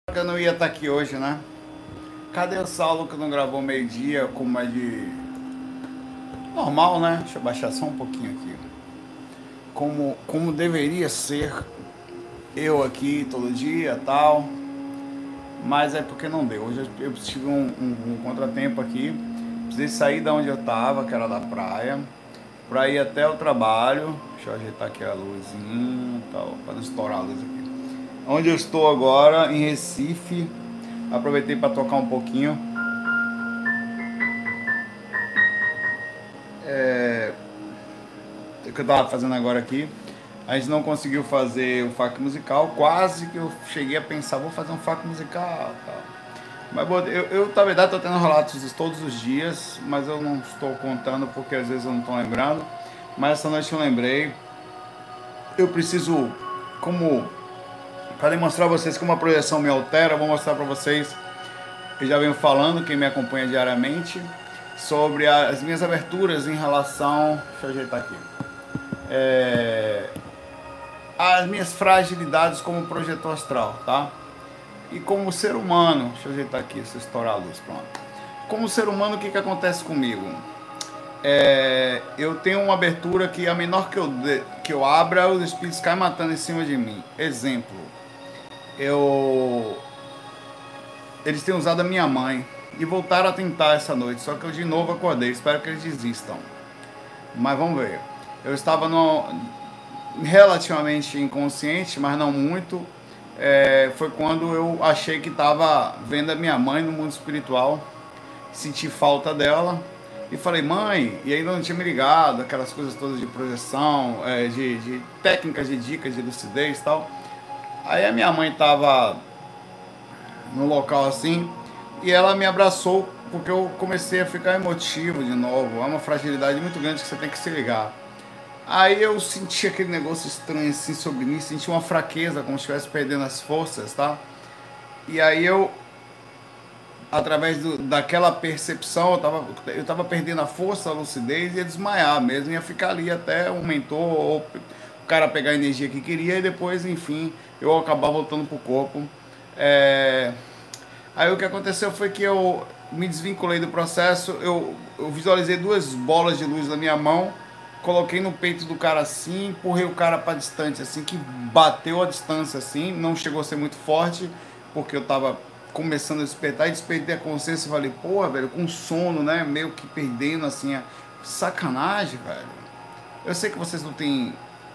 Que eu não ia estar aqui hoje, né? Cadê o Saulo que não gravou meio-dia, como é de normal, né? Deixa eu baixar só um pouquinho aqui. Como deveria ser eu aqui todo dia tal, mas é porque não deu. Hoje eu tive um contratempo aqui, precisei sair da onde eu tava, que era da praia, para ir até o trabalho. Deixa eu ajeitar aqui a luzinha e tal, para não estourar a luz aqui. Onde eu estou agora, em Recife, aproveitei para tocar um pouquinho. O que eu estava fazendo agora aqui. A gente não conseguiu fazer o FAQ musical, quase que eu cheguei a pensar, vou fazer um FAQ musical, tal. Mas bom, eu na verdade estou tendo relatos todos os dias, mas eu não estou contando porque às vezes eu não estou lembrando. Mas essa noite eu lembrei. Eu preciso, como para demonstrar a vocês como a projeção me altera, eu vou mostrar para vocês, eu já venho falando, quem me acompanha diariamente, sobre as minhas aberturas em relação. Deixa eu ajeitar aqui. As minhas fragilidades como projetor astral, tá? E como ser humano, deixa eu ajeitar aqui, se eu estourar a luz, pronto. Como ser humano, o que acontece comigo? Eu tenho uma abertura que a menor que eu abra, os espíritos caem matando em cima de mim. Exemplo, eu eles têm usado a minha mãe e voltaram a tentar essa noite, só que eu de novo acordei, espero que eles desistam. Mas vamos ver. Eu estava relativamente inconsciente, mas não muito. Foi quando eu achei que estava vendo a minha mãe no mundo espiritual, senti falta dela e falei, mãe, e ainda não tinha me ligado, aquelas coisas todas de projeção, de técnicas, de dicas, de lucidez e tal. Aí a minha mãe estava no local assim e ela me abraçou porque eu comecei a ficar emotivo de novo. É uma fragilidade muito grande que você tem que se ligar. Aí eu senti aquele negócio estranho assim sobre mim, senti uma fraqueza, como se estivesse perdendo as forças, tá? E aí através daquela percepção, eu tava perdendo a força, a lucidez, ia desmaiar mesmo, ia ficar ali até o mentor ou o cara pegar a energia que queria e depois, enfim, eu acabar voltando pro corpo. É... Aí o que aconteceu foi que eu me desvinculei do processo, eu visualizei duas bolas de luz na minha mão, coloquei no peito do cara assim, empurrei o cara para distante assim, que bateu a distância assim, não chegou a ser muito forte, porque eu tava começando a despertar e despertei a consciência e falei, porra, velho, com sono, né, meio que perdendo assim, sacanagem, velho. Eu sei que vocês não têm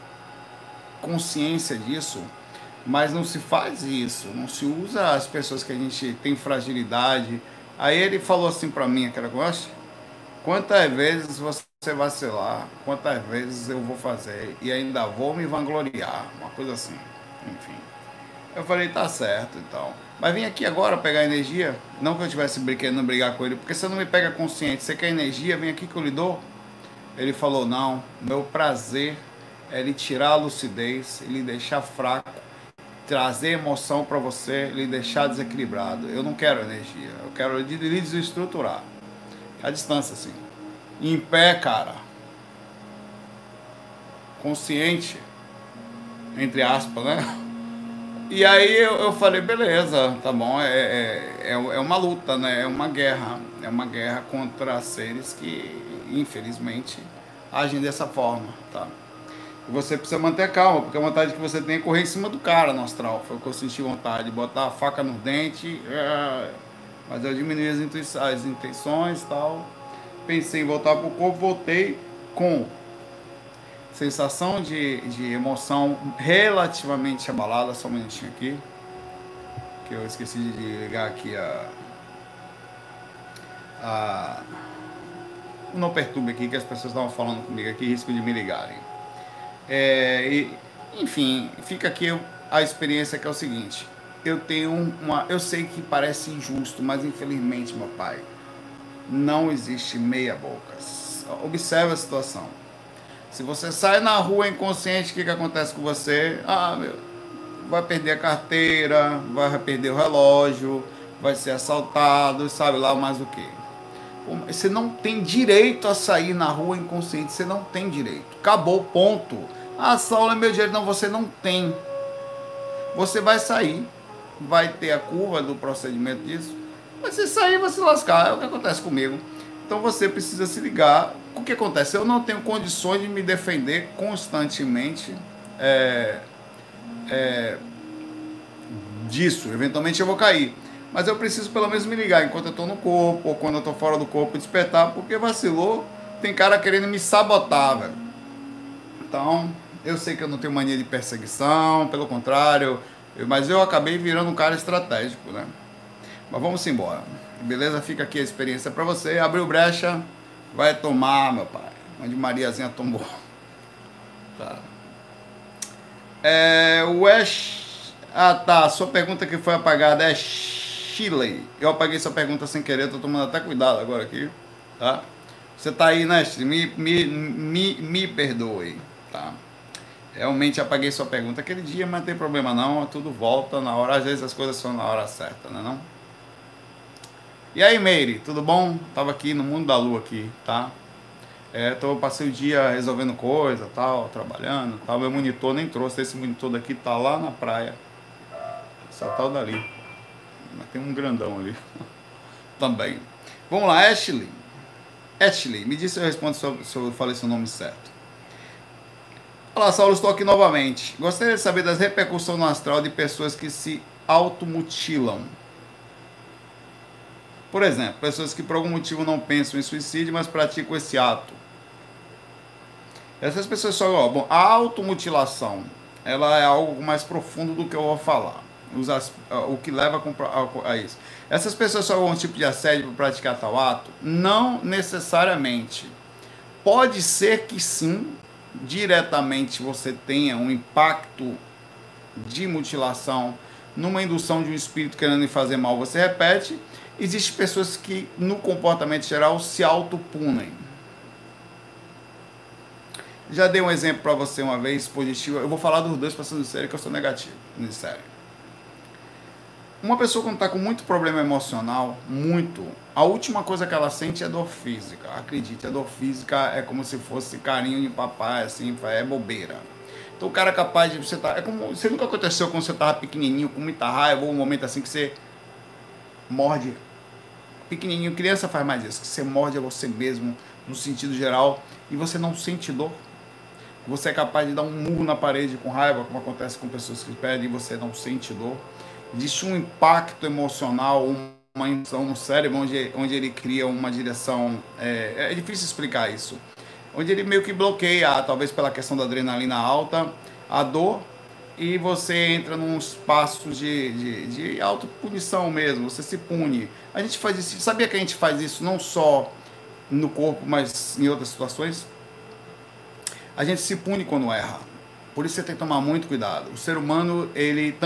consciência disso, mas não se faz isso, não se usa as pessoas que a gente tem fragilidade. Aí ele falou assim pra mim, aquela coisa, quantas vezes você vacilar, quantas vezes eu vou fazer e ainda vou me vangloriar, uma coisa assim, enfim. Eu falei, tá certo, então. Mas vim aqui agora pegar energia, não que eu estivesse querendo brigar com ele, porque você não me pega consciente, você quer energia, vem aqui que eu lhe dou. Ele falou, não, meu prazer é lhe tirar a lucidez, lhe deixar fraco, trazer emoção para você, lhe deixar desequilibrado. Eu não quero energia, eu quero lhe desestruturar. A distância, assim. Em pé, cara. Consciente, entre aspas, né? E aí eu falei, beleza, tá bom, é uma luta, né? É uma guerra contra seres que, infelizmente, agem dessa forma, tá? E você precisa manter calma, porque a vontade que você tem é correr em cima do cara no astral. Foi o que eu senti vontade, botar a faca no dente, mas eu diminuí as intenções e tal. Pensei em voltar pro corpo, voltei com sensação de emoção relativamente abalada. Só um minutinho aqui, que eu esqueci de ligar aqui a o não perturbe aqui, que as pessoas estavam falando comigo aqui, risco de me ligarem. Enfim, fica aqui a experiência que é o seguinte, eu sei que parece injusto, mas infelizmente, meu pai, não existe meia boca. Observe a situação. Se você sai na rua inconsciente, o que acontece com você? Vai perder a carteira, vai perder o relógio, vai ser assaltado, sabe lá mais o que. Você não tem direito a sair na rua inconsciente, você não tem direito. Acabou, ponto. Saulo é meu direito. Não, você não tem. Você vai sair. vai ter a curva do procedimento disso, mas se sair, vai se lascar, é o que acontece comigo. Então você precisa se ligar. O que acontece? Eu não tenho condições de me defender constantemente disso. Eventualmente eu vou cair. Mas eu preciso pelo menos me ligar enquanto eu estou no corpo, ou quando eu estou fora do corpo, despertar, porque vacilou, tem cara querendo me sabotar, velho. Então, eu sei que eu não tenho mania de perseguição, pelo contrário, mas eu acabei virando um cara estratégico, né? Mas vamos embora. Beleza? Fica aqui a experiência para você. Abriu brecha, vai tomar, meu pai. Onde Mariazinha tombou. Tá. O Ash. Ah, tá. Sua pergunta que foi apagada é Chile. Eu apaguei sua pergunta sem querer, tô tomando até cuidado agora aqui. Tá? Você tá aí, né, Chile? Me perdoe. Tá? Realmente apaguei sua pergunta aquele dia, mas não tem problema não. Tudo volta na hora. Às vezes as coisas são na hora certa, né não? E aí, Meire, tudo bom? Tava aqui no mundo da lua aqui, tá? Passei o dia resolvendo coisa, tal, trabalhando, tal. Meu monitor nem trouxe, esse monitor daqui tá lá na praia. Só tal dali. Mas tem um grandão ali. Também. Vamos lá, Ashley. Ashley, me diz se eu respondo se eu falei seu nome certo. Olá, Saulo, estou aqui novamente. Gostaria de saber das repercussões no astral de pessoas que se automutilam. Por exemplo, pessoas que por algum motivo não pensam em suicídio, mas praticam esse ato. Essas pessoas só, bom, a automutilação, ela é algo mais profundo do que eu vou falar. O que leva a isso. Essas pessoas só algum tipo de assédio para praticar tal ato? Não necessariamente. Pode ser que sim, diretamente você tenha um impacto de mutilação numa indução de um espírito querendo lhe fazer mal, você repete. Existem pessoas que, no comportamento geral, se autopunem. Já dei um exemplo para você uma vez, positivo. Eu vou falar dos dois para ser sério, que eu sou negativo. Sério. Uma pessoa quando está com muito problema emocional, a última coisa que ela sente é dor física. Acredite, a dor física é como se fosse carinho de papai, assim, é bobeira. Então o cara é capaz de você tá, é como se nunca aconteceu quando você estava pequenininho, com muita raiva, ou um momento assim que você morde. Pequenininho, criança faz mais isso, que você morde a você mesmo, no sentido geral, e você não sente dor. Você é capaz de dar um murro na parede com raiva, como acontece com pessoas que pedem, e você não sente dor. Existe um impacto emocional, uma emoção no cérebro, onde ele cria uma direção, é difícil explicar isso, onde ele meio que bloqueia, talvez pela questão da adrenalina alta, a dor, e você entra num espaço de autopunição mesmo, você se pune. A gente faz isso, sabia que a gente faz isso não só no corpo, mas em outras situações? A gente se pune quando erra. Por isso você tem que tomar muito cuidado. O ser humano, ele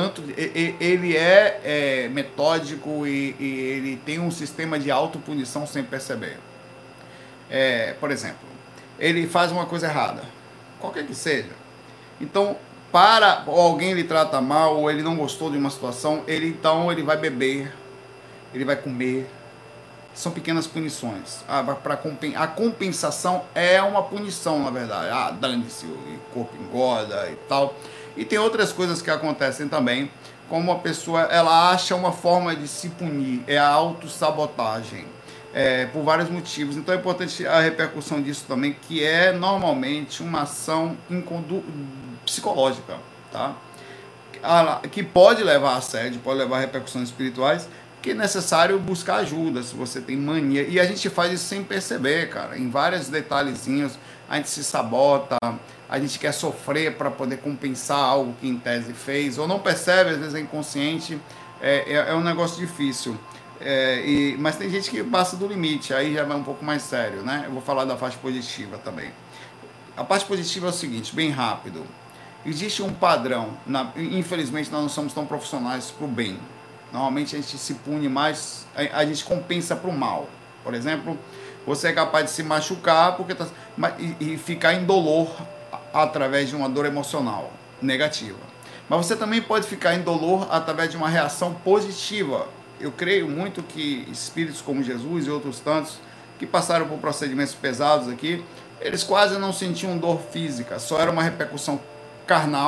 é metódico e ele tem um sistema de autopunição sem perceber. Por exemplo, ele faz uma coisa errada, qualquer que seja. Então, para alguém lhe trata mal ou ele não gostou de uma situação, ele vai beber, ele vai comer. São pequenas punições. A compensação é uma punição, na verdade. Dane-se, o corpo engorda e tal. E tem outras coisas que acontecem também, como a pessoa ela acha uma forma de se punir, é a autossabotagem, por vários motivos. Então é importante a repercussão disso também, que é normalmente uma ação psicológica, tá? Que pode levar a assédio, pode levar a repercussões espirituais, que é necessário buscar ajuda se você tem mania. E a gente faz isso sem perceber, cara. Em vários detalhezinhos, a gente se sabota, a gente quer sofrer para poder compensar algo que em tese fez, ou não percebe, às vezes é inconsciente, é um negócio difícil. Mas tem gente que passa do limite, aí já vai um pouco mais sério, né? Eu vou falar da parte positiva também. A parte positiva é o seguinte, bem rápido. Existe um padrão, infelizmente nós não somos tão profissionais para o bem. Normalmente a gente se pune mais, a gente compensa para o mal. Por exemplo, você é capaz de se machucar e ficar em dolor através de uma dor emocional negativa. Mas você também pode ficar em dolor através de uma reação positiva. Eu creio muito que espíritos como Jesus e outros tantos que passaram por procedimentos pesados aqui, eles quase não sentiam dor física, só era uma repercussão carnal,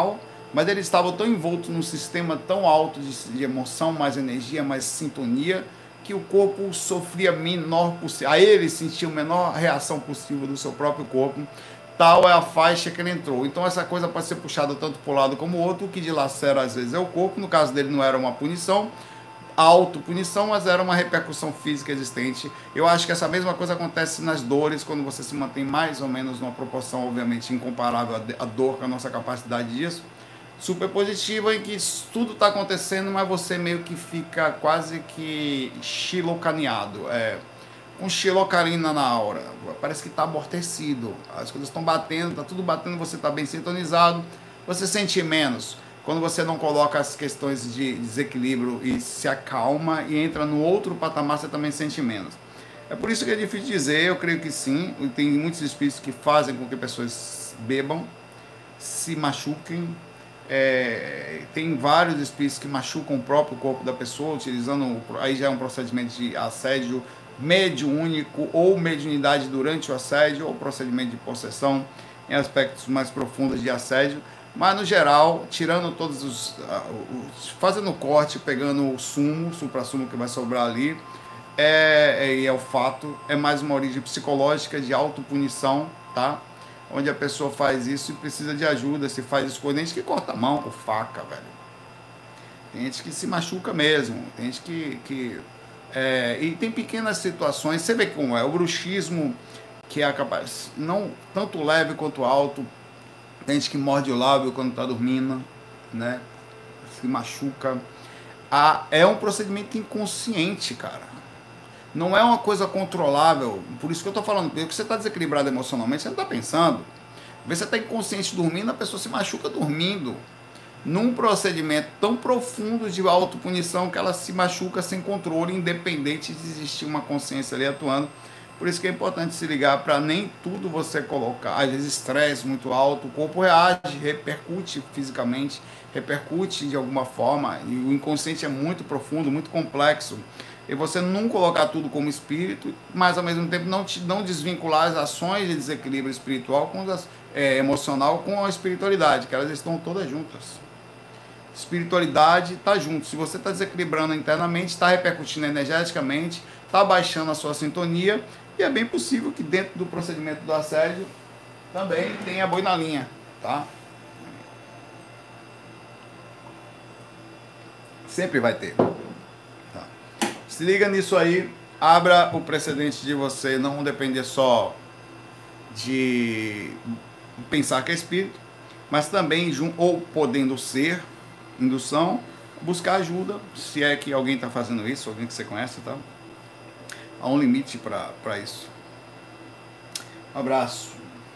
mas eles estavam tão envoltos num sistema tão alto de emoção, mais energia, mais sintonia, que o corpo sofria menor possível. A ele sentia a menor reação possível do seu próprio corpo. Tal é a faixa que ele entrou. Então essa coisa pode ser puxada tanto para um lado como o outro. O que dilacera às vezes é o corpo. No caso dele não era uma punição, autopunição, mas era uma repercussão física existente. Eu acho que essa mesma coisa acontece nas dores, quando você se mantém mais ou menos numa proporção, obviamente, incomparável à dor, com a nossa capacidade disso, super positiva, em que tudo está acontecendo, mas você meio que fica quase que xilocaneado, com xilocarina na aura, parece que está amortecido, as coisas estão batendo, está tudo batendo, você está bem sintonizado, você sente menos. Quando você não coloca as questões de desequilíbrio e se acalma e entra no outro patamar, você também sente menos. É por isso que é difícil dizer, eu creio que sim, tem muitos espíritos que fazem com que pessoas bebam, se machuquem, tem vários espíritos que machucam o próprio corpo da pessoa, utilizando, aí já é um procedimento de assédio mediúnico ou mediunidade durante o assédio, ou procedimento de possessão em aspectos mais profundos de assédio. Mas no geral, tirando todos fazendo corte, pegando o sumo, supra-sumo que vai sobrar ali, e é o fato, é mais uma origem psicológica de autopunição, tá? Onde a pessoa faz isso e precisa de ajuda, se faz isso com gente que corta a mão com faca, velho. Tem gente que se machuca mesmo, tem gente e tem pequenas situações, você vê como é, o bruxismo, que é capaz, não tanto leve quanto alto. Tem gente que morde o lábio quando está dormindo, né? Se machuca. É um procedimento inconsciente, cara. Não é uma coisa controlável. Por isso que eu estou falando, porque você está desequilibrado emocionalmente, você não está pensando. Às vezes você está inconsciente dormindo, a pessoa se machuca dormindo. Num procedimento tão profundo de autopunição que ela se machuca sem controle, independente de existir uma consciência ali atuando. Por isso que é importante se ligar para nem tudo você colocar. Às vezes estresse muito alto, o corpo reage, repercute fisicamente, repercute de alguma forma. E o inconsciente é muito profundo, muito complexo. E você não colocar tudo como espírito, mas ao mesmo tempo não desvincular as ações de desequilíbrio espiritual emocional com a espiritualidade, que elas estão todas juntas. Espiritualidade está junto. Se você está desequilibrando internamente, está repercutindo energeticamente, está baixando a sua sintonia. E é bem possível que dentro do procedimento do assédio também tenha boi na linha, tá? Sempre vai ter. Tá. Se liga nisso aí, abra o precedente de você não depender só de pensar que é espírito, mas também, ou podendo ser, indução, buscar ajuda, se é que alguém está fazendo isso, alguém que você conhece, tá? Há um limite para isso. Um abraço.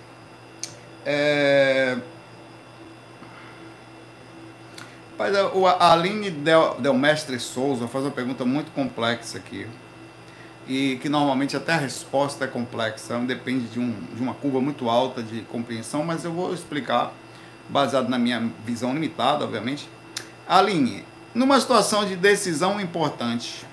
A Aline Del Mestre Souza faz uma pergunta muito complexa aqui. E que normalmente até a resposta é complexa, depende de uma curva muito alta de compreensão, mas eu vou explicar, baseado na minha visão limitada, obviamente. Aline, numa situação de decisão importante,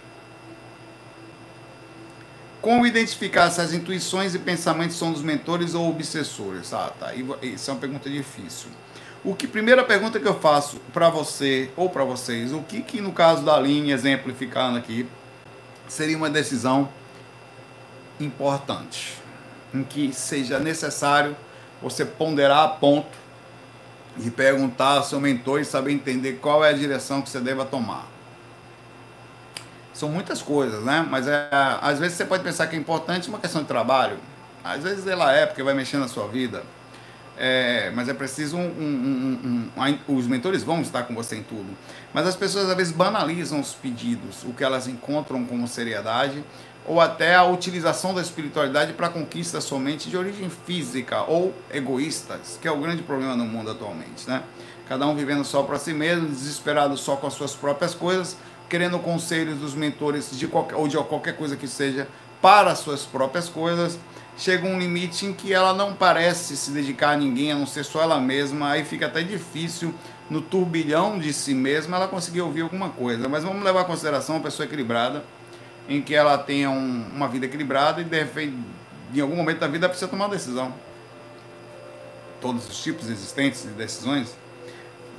como identificar se as intuições e pensamentos são dos mentores ou obsessores? Tá. Isso é uma pergunta difícil. Primeira pergunta que eu faço para você ou para vocês, o que no caso da Aline, exemplificando aqui, seria uma decisão importante, em que seja necessário você ponderar a ponto de perguntar ao seu mentor e saber entender qual é a direção que você deva tomar. São muitas coisas, né? Mas às vezes você pode pensar que é importante uma questão de trabalho. Às vezes ela porque vai mexer na sua vida. Mas é preciso os mentores vão estar com você em tudo. Mas as pessoas às vezes banalizam os pedidos, o que elas encontram como seriedade, ou até a utilização da espiritualidade para conquista somente de origem física ou egoístas, que é o grande problema no mundo atualmente, né? Cada um vivendo só para si mesmo, desesperado só com as suas próprias coisas, querendo conselhos dos mentores de qualquer coisa que seja para as suas próprias coisas. Chega um limite em que ela não parece se dedicar a ninguém, a não ser só ela mesma, aí fica até difícil, no turbilhão de si mesma, ela conseguir ouvir alguma coisa. Mas vamos levar em consideração uma pessoa equilibrada, em que ela tenha uma vida equilibrada e em algum momento da vida precisa tomar uma decisão. Todos os tipos existentes de decisões.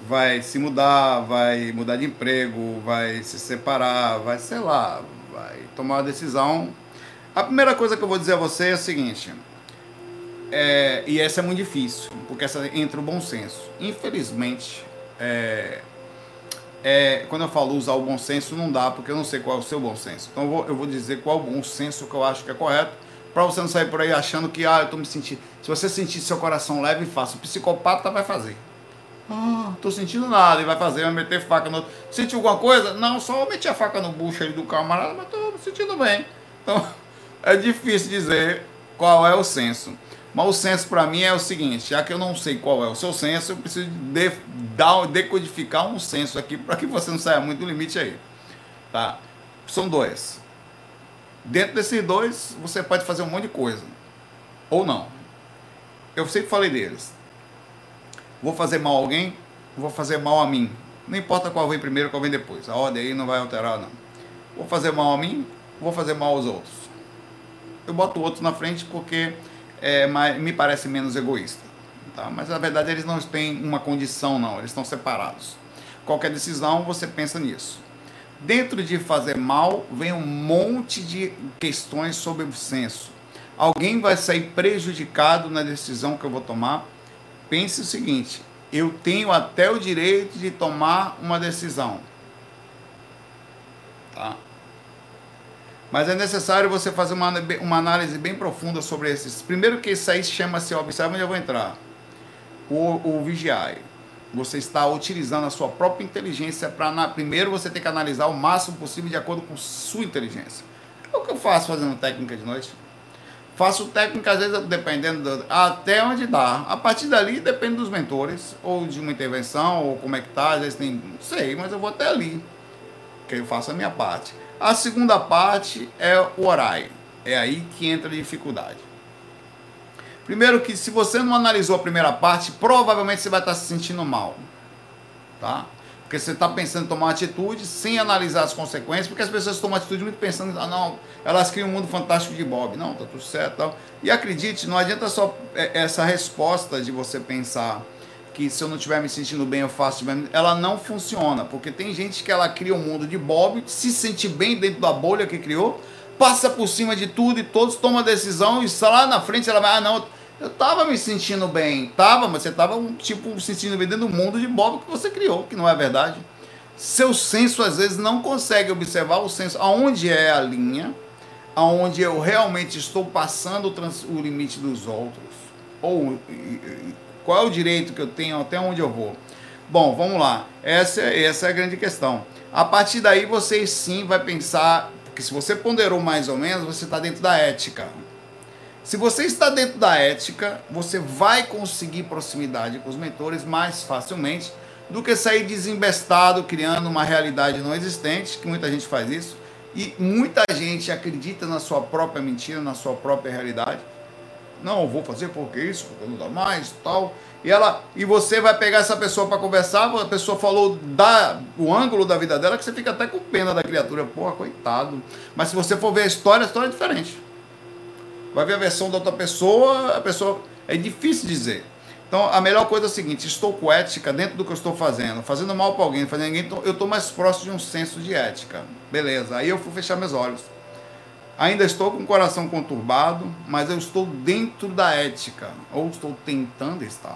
vai se mudar, vai mudar de emprego, vai se separar, vai, sei lá, vai tomar uma decisão. A primeira coisa que eu vou dizer a você é o seguinte, e essa é muito difícil, porque essa entra o bom senso. Infelizmente, quando eu falo usar o bom senso, não dá, porque eu não sei qual é o seu bom senso. Então eu vou dizer qual é o bom senso que eu acho que é correto, para você não sair por aí achando que, eu tô me sentindo... Se você sentir seu coração leve e fácil, o psicopata vai fazer. Tô sentindo nada, e vai fazer, vai meter faca no... Sentiu alguma coisa? Não, só meti a faca no bucho ali do camarada, mas tô me sentindo bem. Então, é difícil dizer qual é o senso. Mas o senso para mim é o seguinte, já que eu não sei qual é o seu senso, eu preciso decodificar um senso aqui para que você não saia muito do limite aí. Tá? São dois. Dentro desses dois, você pode fazer um monte de coisa. Ou não. Eu sempre falei deles. Vou fazer mal a alguém, vou fazer mal a mim. Não importa qual vem primeiro, qual vem depois. A ordem aí não vai alterar, não. Vou fazer mal a mim, vou fazer mal aos outros. Eu boto o outro na frente porque me parece menos egoísta. Tá? Mas na verdade eles não têm uma condição, não. Eles estão separados. Qualquer decisão, você pensa nisso. Dentro de fazer mal, vem um monte de questões sobre o senso. Alguém vai sair prejudicado na decisão que eu vou tomar. Pense o seguinte, eu tenho até o direito de tomar uma decisão. Tá? Mas é necessário você fazer uma análise bem profunda sobre esses. Primeiro que isso aí chama-se, observa onde eu vou entrar, o vigiar. Você está utilizando a sua própria inteligência para, primeiro você tem que analisar o máximo possível de acordo com sua inteligência. É o que eu faço fazendo técnica de noite. Faço técnica, às vezes, dependendo, até onde dá. A partir dali, depende dos mentores, ou de uma intervenção, ou como é que tá, às vezes tem, não sei, mas eu vou até ali, que eu faço a minha parte. A segunda parte é o horário, é aí que entra a dificuldade. Primeiro que, se você não analisou a primeira parte, provavelmente você vai estar se sentindo mal, tá? Porque você está pensando em tomar uma atitude sem analisar as consequências, porque as pessoas tomam atitude muito pensando, não, elas criam um mundo fantástico de Bob. Não, tá tudo certo. Tal. E acredite, não adianta só essa resposta de você pensar que se eu não estiver me sentindo bem, eu faço bem. Ela não funciona, porque tem gente que ela cria um mundo de Bob, se sente bem dentro da bolha que criou, passa por cima de tudo e todos tomam a decisão e lá na frente ela vai, não, eu tava me sentindo bem, mas você tava se sentindo bem dentro do mundo de Bob que você criou, que não é verdade. Seu senso às vezes não consegue observar o senso, aonde é a linha, aonde eu realmente estou passando o limite dos outros, ou qual é o direito que eu tenho, até onde eu vou. Bom, vamos lá, essa é a grande questão. A partir daí você sim vai pensar, porque se você ponderou mais ou menos, você está dentro da ética. Se você está dentro da ética, você vai conseguir proximidade com os mentores mais facilmente do que sair desembestado, criando uma realidade não existente, que muita gente faz isso, e muita gente acredita na sua própria mentira, na sua própria realidade. Não, eu vou fazer porque isso, porque não dá mais, tal. E você vai pegar essa pessoa para conversar, a pessoa falou o ângulo da vida dela, que você fica até com pena da criatura. Porra, coitado. Mas se você for ver a história é diferente. Vai ver a versão da outra pessoa, a pessoa... É difícil dizer. Então, a melhor coisa é o seguinte, estou com ética dentro do que eu estou fazendo mal para alguém, fazendo ninguém, eu estou mais próximo de um senso de ética. Beleza, aí eu vou fechar meus olhos. Ainda estou com o coração conturbado, mas eu estou dentro da ética, ou estou tentando estar.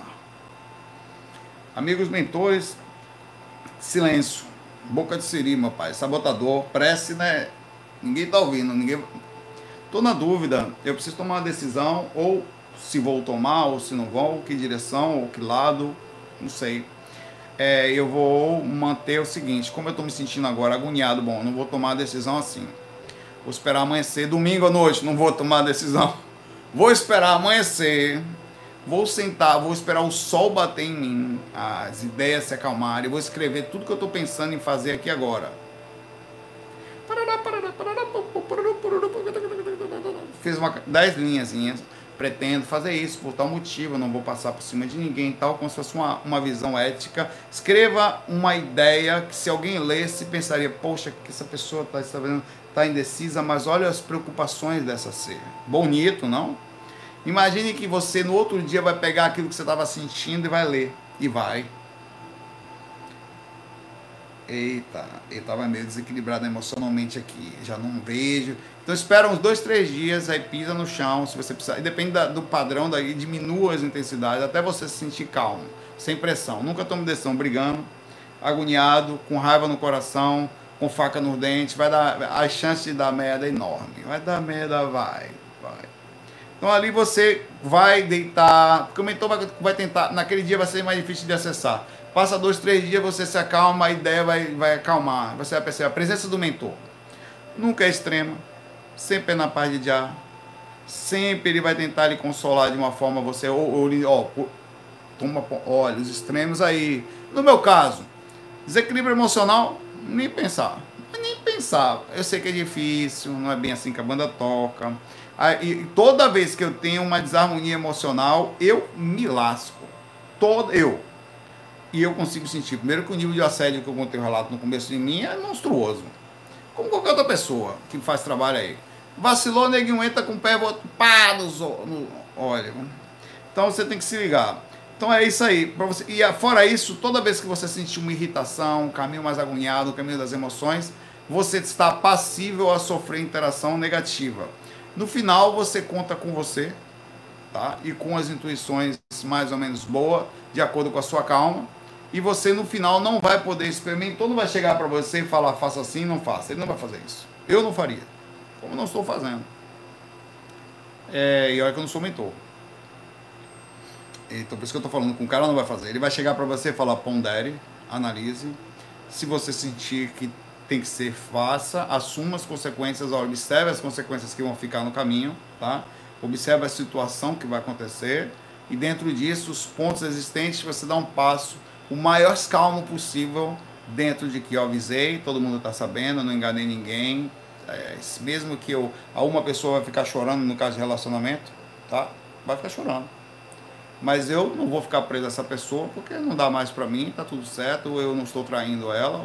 Amigos mentores, silêncio, boca de siri, meu pai, sabotador, prece, né? Ninguém está ouvindo, ninguém... Estou na dúvida, eu preciso tomar uma decisão, ou se vou tomar, ou se não vou, que direção, ou que lado, não sei. Eu vou manter o seguinte, como eu estou me sentindo agora agoniado, bom, não vou tomar a decisão assim. Vou esperar amanhecer, domingo à noite, não vou tomar a decisão. Vou esperar amanhecer, vou sentar, vou esperar o sol bater em mim, as ideias se acalmarem, vou escrever tudo que eu estou pensando em fazer aqui agora. Fiz 10 linhazinhas, pretendo fazer isso por tal motivo, eu não vou passar por cima de ninguém, tal, como se fosse uma visão ética. Escreva uma ideia que se alguém lesse, pensaria, poxa, que essa pessoa está indecisa, mas olha as preocupações dessa ser. Bonito, não? Imagine que você no outro dia vai pegar aquilo que você estava sentindo e vai ler. E vai. Eita, eu tava meio desequilibrado emocionalmente aqui, já não vejo. Então espera uns 2, 3 dias, aí pisa no chão, se você precisar. E depende do padrão, daí diminua as intensidades, até você se sentir calmo, sem pressão. Nunca tome decisão brigando, agoniado, com raiva no coração, com faca nos dentes. Vai dar, a chance de dar merda é enorme. Vai dar merda, vai. Então ali você vai deitar, porque o mentor vai tentar, naquele dia vai ser mais difícil de acessar. Passa 2, 3 dias, você se acalma, a ideia vai acalmar. Você vai perceber a presença do mentor. Nunca é extrema, sempre é na paz de já. Sempre ele vai tentar lhe consolar de uma forma, você, toma, olha, os extremos aí. No meu caso, desequilíbrio emocional, nem pensar. Nem pensar. Eu sei que é difícil, não é bem assim que a banda toca. E toda vez que eu tenho uma desarmonia emocional, eu me lasco. E eu consigo sentir, primeiro, que o nível de assédio que eu contei o relato no começo de mim é monstruoso. Como qualquer outra pessoa que faz trabalho aí. Vacilou, neguinho entra com o pé, pá, no olha. Então você tem que se ligar. Então é isso aí. E fora isso, toda vez que você sentir uma irritação, um caminho mais agoniado, um caminho das emoções, você está passível a sofrer interação negativa. No final, você conta com você, tá? E com as intuições mais ou menos boas, de acordo com a sua calma. E você, no final, não vai poder experimentar, não vai chegar para você e falar, faça assim, não faça. Ele não vai fazer isso. Eu não faria. Como não estou fazendo. E olha que eu não sou mentor. Então, por isso que eu estou falando com o cara, não vai fazer. Ele vai chegar para você e falar, pondere, analise. Se você sentir que tem que ser, faça. Assuma as consequências, observe as consequências que vão ficar no caminho, tá? Observe a situação que vai acontecer. E dentro disso, os pontos existentes, você dá um passo o maior calmo possível, dentro de que eu avisei, todo mundo está sabendo, eu não enganei ninguém. Mesmo que uma pessoa vai ficar chorando no caso de relacionamento, tá? Vai ficar chorando. Mas eu não vou ficar preso a essa pessoa, porque não dá mais para mim, tá tudo certo, eu não estou traindo ela.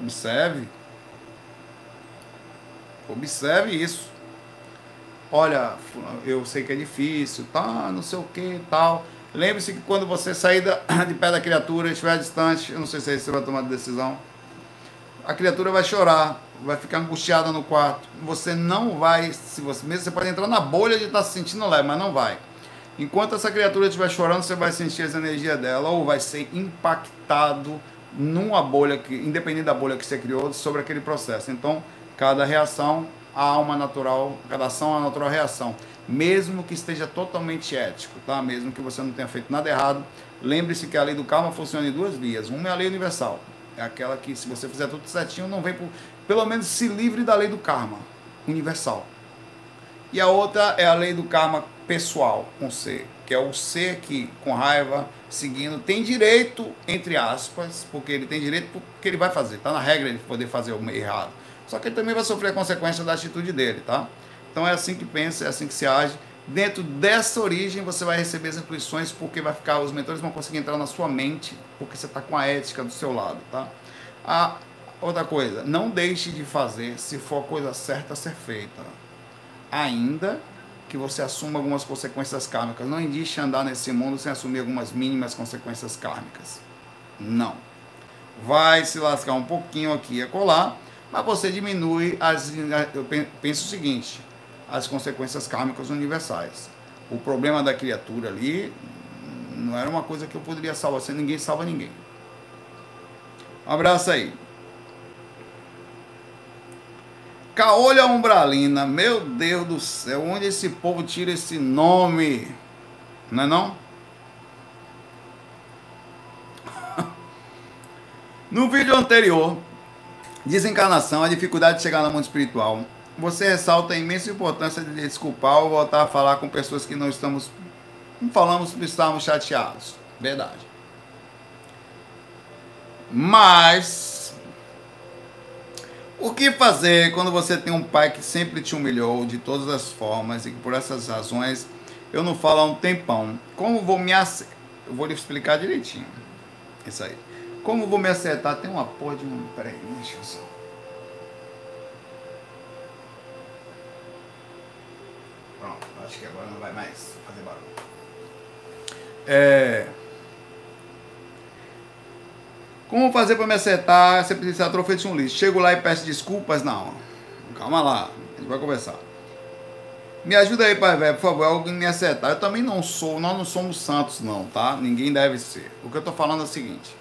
Observe isso. Olha, eu sei que é difícil, tá, não sei o que, tal. Lembre-se que quando você sair de pé da criatura, estiver distante, eu não sei se você vai tomar decisão, a criatura vai chorar, vai ficar angustiada no quarto. Você não vai, mesmo você pode entrar na bolha de estar se sentindo leve, mas não vai. Enquanto essa criatura estiver chorando, você vai sentir as energias dela, ou vai ser impactado numa bolha, independente da bolha que você criou, sobre aquele processo. Então, cada reação há uma natural, cada ação há uma natural reação. Mesmo que esteja totalmente ético, tá? Mesmo que você não tenha feito nada errado, lembre-se que a lei do karma funciona em 2 vias. Uma é a lei universal, é aquela que, se você fizer tudo certinho, não vem pelo menos se livre da lei do karma universal. E a outra é a lei do karma pessoal, com C, que é o ser que, com raiva, seguindo, tem direito, entre aspas, porque ele tem direito porque ele vai fazer, tá na regra ele poder fazer o errado. Só que ele também vai sofrer a consequência da atitude dele, tá? Então é assim que pensa, é assim que se age. Dentro dessa origem você vai receber as intuições, porque os mentores vão conseguir entrar na sua mente, porque você está com a ética do seu lado, tá? Outra coisa, não deixe de fazer se for a coisa certa a ser feita. Ainda que você assuma algumas consequências kármicas. Não existe andar nesse mundo sem assumir algumas mínimas consequências kármicas. Não. Vai se lascar um pouquinho aqui e acolá, mas você diminui eu penso o seguinte, as consequências kármicas universais. O problema da criatura ali não era uma coisa que eu poderia salvar, se ninguém salva ninguém. Um abraço aí. Caolha Umbralina, meu Deus do céu, onde esse povo tira esse nome? Não é não? No vídeo anterior, desencarnação, a dificuldade de chegar no mundo espiritual, você ressalta a imensa importância de desculpar ou voltar a falar com pessoas que não falamos porque estávamos chateados. Verdade. Mas o que fazer quando você tem um pai que sempre te humilhou de todas as formas e que por essas razões eu não falo há um tempão? Como vou me acertar? Eu vou lhe explicar direitinho. Isso aí. Como vou me acertar? Tem uma porra de um... Peraí, deixa eu só... Pronto, acho que agora não vai mais fazer barulho. Como fazer para me acertar? Você precisa ter feito um lixo. Chego lá e peço desculpas? Não. Calma lá. A gente vai conversar. Me ajuda aí, pai velho, por favor. Alguém me acertar. Eu também não sou. Nós não somos santos, não, tá? Ninguém deve ser. O que eu tô falando é o seguinte.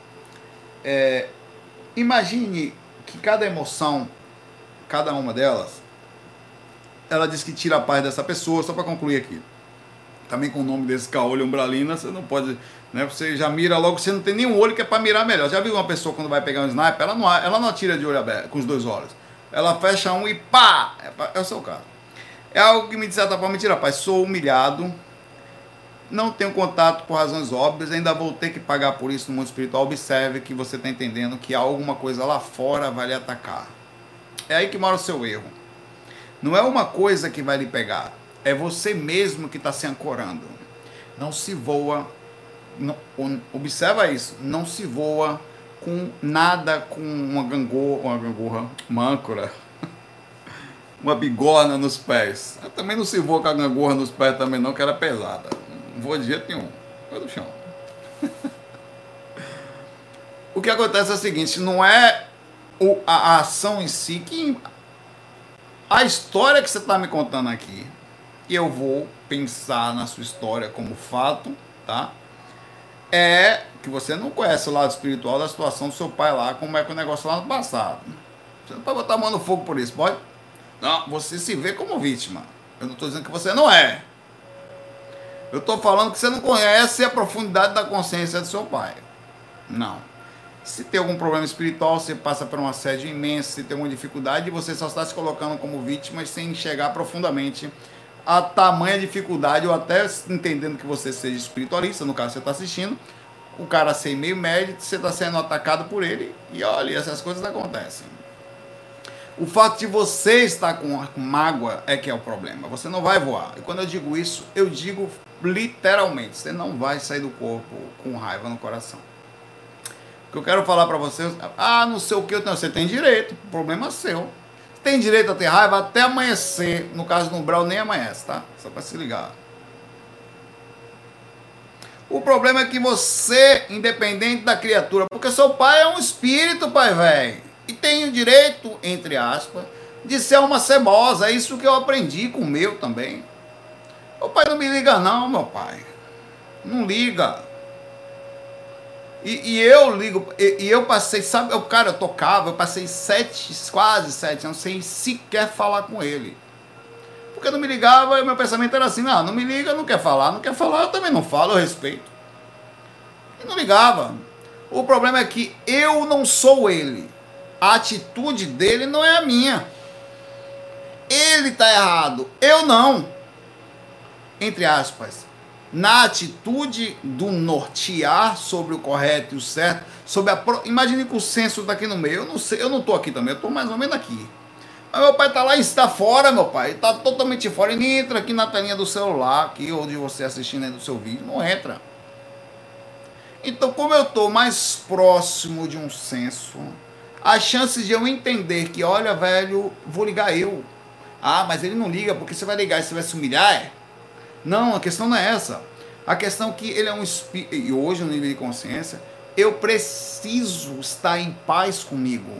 Imagine que cada emoção, cada uma delas, ela diz que tira a paz dessa pessoa. Só para concluir aqui. Também com o nome desse caolho umbralina, você não pode, né? Você já mira logo, você não tem nenhum olho que é para mirar melhor. Já viu uma pessoa quando vai pegar um sniper, ela não atira de olho aberto, com os dois olhos. Ela fecha um e pá! É o seu caso. É algo que me, de certa forma, me tira a paz. Sou humilhado, não tenho contato por razões óbvias, ainda vou ter que pagar por isso no mundo espiritual. Observe que você está entendendo que há alguma coisa lá fora vai lhe atacar. É aí que mora o seu erro. Não é uma coisa que vai lhe pegar. É você mesmo que está se ancorando. Não se voa. Não, observa isso. Não se voa com nada, com uma gangorra, uma âncora, uma bigorna nos pés. Eu também não se voa com a gangorra nos pés também não, que era pesada. Não vou de jeito nenhum. Foi do chão. O que acontece é o seguinte, não é a ação em si que... A história que você está me contando aqui, eu vou pensar na sua história como fato, tá? É que você não conhece o lado espiritual da situação do seu pai lá, como é que o negócio lá no passado. Você não pode botar a mão no fogo por isso, pode? Não, você se vê como vítima. Eu não estou dizendo que você não é. Eu estou falando que você não conhece a profundidade da consciência do seu pai. Não. Se tem algum problema espiritual, você passa por um assédio imenso, se tem alguma dificuldade, você só está se colocando como vítima sem enxergar profundamente a tamanha dificuldade, ou até entendendo que você seja espiritualista, no caso você está assistindo, o cara ser meio médio, você está sendo atacado por ele, e olha, essas coisas acontecem. O fato de você estar com mágoa é que é o problema, você não vai voar. E quando eu digo isso, eu digo literalmente, você não vai sair do corpo com raiva no coração. O que eu quero falar para vocês, não sei o que, você tem direito, o problema é seu. Tem direito a ter raiva até amanhecer. No caso do umbral nem amanhece, tá? Só para se ligar. O problema é que você, independente da criatura, porque seu pai é um espírito, pai velho, e tem o direito, entre aspas, de ser uma cebosa. É isso que eu aprendi com o meu também. O pai não me liga não, meu pai. Não liga. E eu ligo, e eu passei, sabe, eu tocava, eu passei quase 7 anos sem sequer falar com ele. Porque não me ligava e meu pensamento era assim, não me liga, não quer falar, eu também não falo, eu respeito. E não ligava. O problema é que eu não sou ele. A atitude dele não é a minha. Ele está errado, eu não. Entre aspas. Na atitude do nortear sobre o correto e o certo, imagine que o senso está aqui no meio, eu não sei, eu não estou aqui também, eu estou mais ou menos aqui. Mas meu pai está lá e está fora, meu pai, está totalmente fora, ele entra aqui na telinha do celular, aqui, ou de você assistindo aí do seu vídeo, não entra. Então, como eu estou mais próximo de um senso, as chances de eu entender que, olha, velho, vou ligar eu. Mas ele não liga, porque você vai ligar e você vai se humilhar, Não, a questão não é essa. A questão é que ele é um espírito, e hoje, no nível de consciência, eu preciso estar em paz comigo.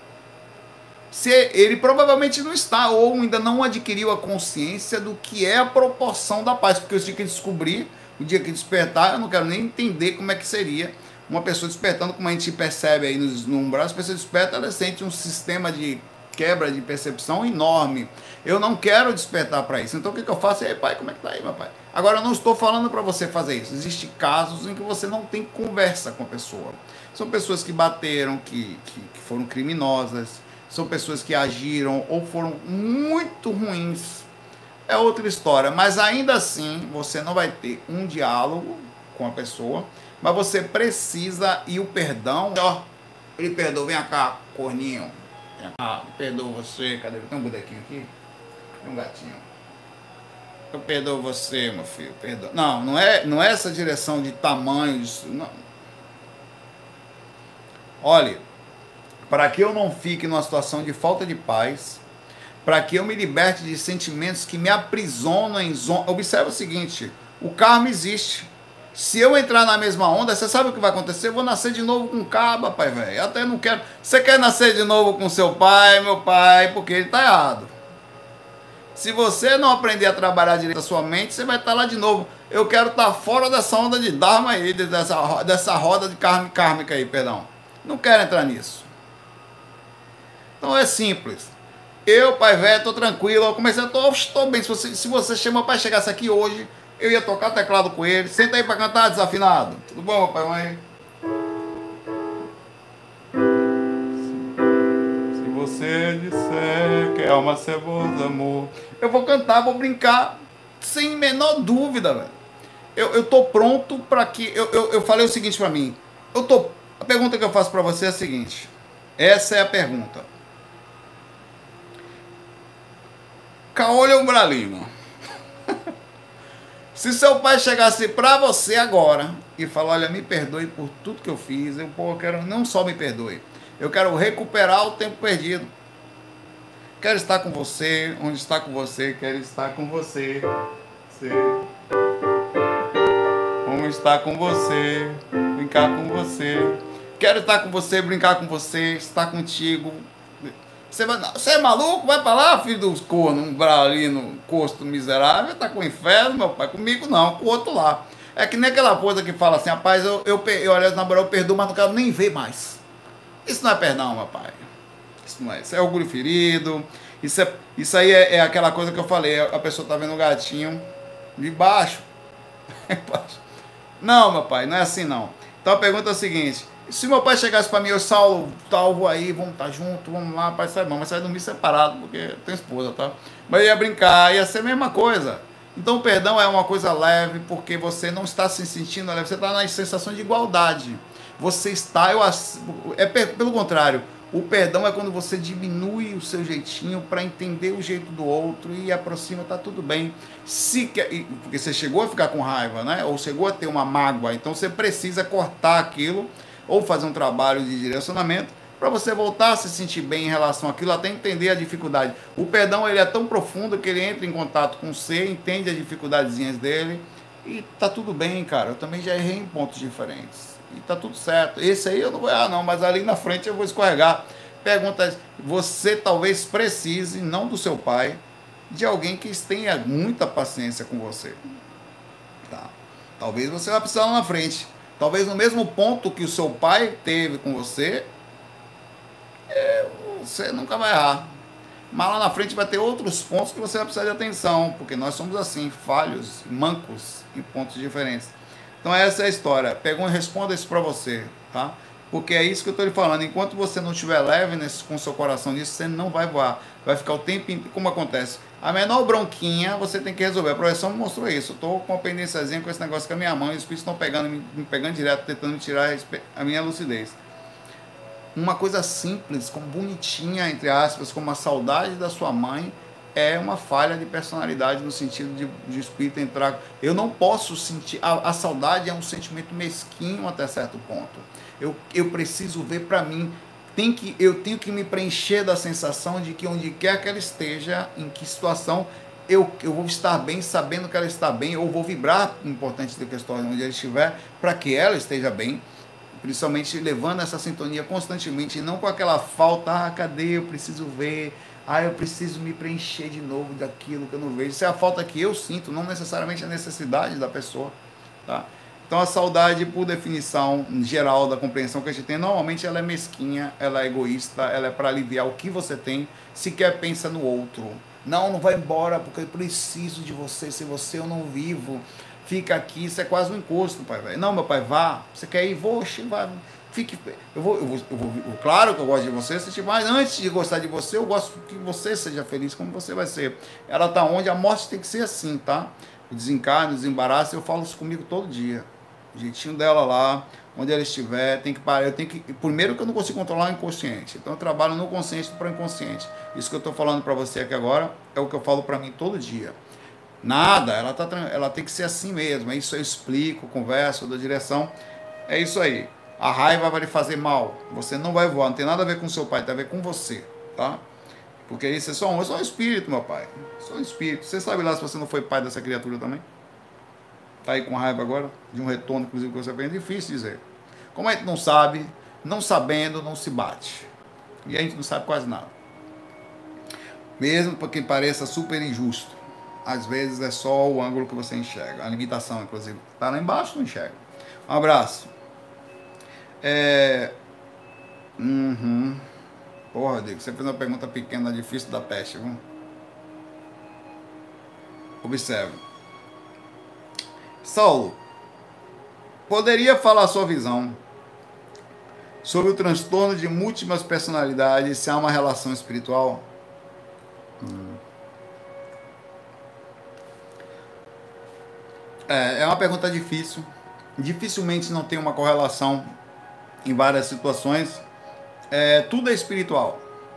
Ele provavelmente não está, ou ainda não adquiriu a consciência do que é a proporção da paz, porque o dia que descobrir, o dia que despertar, eu não quero nem entender como é que seria uma pessoa despertando, como a gente percebe aí no umbral, as pessoas despertam, ela sente um sistema de quebra de percepção enorme. Eu não quero despertar para isso. Então o que eu faço? Ei, pai, como é que tá aí, meu pai? Agora eu não estou falando para você fazer isso. Existem casos em que você não tem conversa com a pessoa. São pessoas que bateram, que foram criminosas, são pessoas que agiram ou foram muito ruins. É outra história. Mas ainda assim, você não vai ter um diálogo com a pessoa, mas você precisa, e o perdão, ele perdoa, vem cá, corninho. Perdoo você, cadê? Tem um bonequinho aqui? Tem um gatinho. Eu perdoo você, meu filho, perdoo. Não é essa direção de tamanho, não. Olha, para que eu não fique numa situação de falta de paz, para que eu me liberte de sentimentos que me aprisionam em zona. Observe o seguinte, o karma existe. Se eu entrar na mesma onda, você sabe o que vai acontecer? Eu vou nascer de novo com caba, pai, velho. Até não quero. Você quer nascer de novo com seu pai, meu pai, porque ele tá errado. Se você não aprender a trabalhar direito a sua mente, você vai estar lá de novo. Eu quero estar fora dessa onda de Dharma aí, dessa roda de kármica aí, perdão. Não quero entrar nisso. Então é simples. Eu, pai velho, estou tranquilo. Eu comecei, estou bem. Se você chama para chegasse aqui hoje, eu ia tocar teclado com ele. Senta aí para cantar, desafinado. Tudo bom, pai, mãe? Se você disser que é uma cebosa, amor, eu vou cantar, vou brincar, sem menor dúvida, velho. Eu tô pronto para que... Eu falei o seguinte para mim. A pergunta que eu faço para você é a seguinte. Essa é a pergunta. Caolho umbralino. Se seu pai chegasse para você agora e falar, olha, me perdoe por tudo que eu fiz, eu quero, não só me perdoe, eu quero recuperar o tempo perdido. Quero estar com você, onde está com você, quero estar com você. Vamos estar com você, brincar com você. Quero estar com você, brincar com você, estar contigo. Você é maluco? Vai pra lá, filho dos cornos, um bralino, costo miserável, tá com o inferno, meu pai. Comigo não, com o outro lá. É que nem aquela coisa que fala assim, rapaz, olha, na moral, eu perdoo, mas não quero nem ver mais. Isso não é perdão, meu pai. Isso não é. Isso é orgulho ferido. Isso aí é aquela coisa que eu falei, a pessoa tá vendo o gatinho de baixo. Não, meu pai, não é assim não. Então a pergunta é a seguinte. Se meu pai chegasse para mim, eu, Saulo, vou aí, vamos estar junto, vamos lá, pai, sai bom, mas você vai dormir separado, porque tem esposa, tá? Mas ia brincar, ia ser a mesma coisa. Então o perdão é uma coisa leve, porque você não está se sentindo leve, você está na sensação de igualdade. Você está, pelo contrário, o perdão é quando você diminui o seu jeitinho para entender o jeito do outro e aproxima, tá tudo bem. Porque você chegou a ficar com raiva, né? Ou chegou a ter uma mágoa, então você precisa cortar aquilo, ou fazer um trabalho de direcionamento para você voltar a se sentir bem em relação àquilo, até entender a dificuldade. O perdão ele é tão profundo que ele entra em contato com você, entende as dificuldadezinhas dele e tá tudo bem, cara. Eu também já errei em pontos diferentes e tá tudo certo. Esse aí eu não vou errar não, mas ali na frente eu vou escorregar. Pergunta, você talvez precise, não do seu pai, de alguém que tenha muita paciência com você. Tá? Talvez você vai precisar lá na frente. Talvez no mesmo ponto que o seu pai teve com você, você nunca vai errar. Mas lá na frente vai ter outros pontos que você vai precisar de atenção, porque nós somos assim, falhos, mancos em pontos diferentes. Então essa é a história. Pegou e responda isso para você, tá? Porque é isso que eu estou lhe falando. Enquanto você não estiver leve com o seu coração nisso, você não vai voar. Vai ficar o tempo inteiro. Como acontece? A menor bronquinha você tem que resolver. A professão me mostrou isso. Eu estou com uma pendênciazinha com esse negócio com a minha mãe. Os espíritos estão me pegando direto, tentando tirar a minha lucidez. Uma coisa simples, como bonitinha, entre aspas, como a saudade da sua mãe, é uma falha de personalidade no sentido de espírito entrar. Eu não posso sentir. A saudade é um sentimento mesquinho até certo ponto. Eu preciso ver para mim. Eu tenho que me preencher da sensação de que onde quer que ela esteja, em que situação, eu vou estar bem, sabendo que ela está bem, ou vou vibrar, importante da questão onde ela estiver, para que ela esteja bem, principalmente levando essa sintonia constantemente, e não com aquela falta, cadê, eu preciso ver, eu preciso me preencher de novo daquilo que eu não vejo. Isso é a falta que eu sinto, não necessariamente a necessidade da pessoa, tá? Então a saudade, por definição geral da compreensão que a gente tem, normalmente ela é mesquinha, ela é egoísta, ela é para aliviar o que você tem, sequer pensa no outro. Não vai embora porque eu preciso de você, sem você eu não vivo. Fica aqui, isso é quase um encosto, pai, velho. Não, meu pai, vá. Você quer ir? Vou, vai. Fique. Eu vou. Claro que eu gosto de você, mas antes de gostar de você, eu gosto que você seja feliz como você vai ser. Ela tá onde? A morte tem que ser assim, tá? O desencarne, o desembaraço, eu falo isso comigo todo dia. O jeitinho dela lá, onde ela estiver, tem que parar. Primeiro que eu não consigo controlar o inconsciente. Então eu trabalho no consciente para o inconsciente. Isso que eu estou falando para você aqui agora é o que eu falo para mim todo dia. Nada, ela tem que ser assim mesmo. É isso eu explico, converso, dou direção. É isso aí. A raiva vai lhe fazer mal. Você não vai voar. Não tem nada a ver com seu pai, tem a ver com você, tá? Porque isso é só um espírito, meu pai. Só um espírito. Você sabe lá se você não foi pai dessa criatura também? Está aí com raiva agora de um retorno, inclusive, que você fez? É difícil dizer. Como a gente não sabe, não sabendo, não se bate. E a gente não sabe quase nada. Mesmo porque pareça super injusto. Às vezes é só o ângulo que você enxerga. A limitação, inclusive. Está lá embaixo, não enxerga. Um abraço. Porra, Diego, você fez uma pergunta pequena, difícil da peste, viu? Observe. Saulo, poderia falar a sua visão sobre o transtorno de múltiplas personalidades se há uma relação espiritual? É uma pergunta difícil. Dificilmente não tem uma correlação em várias situações. Tudo é espiritual,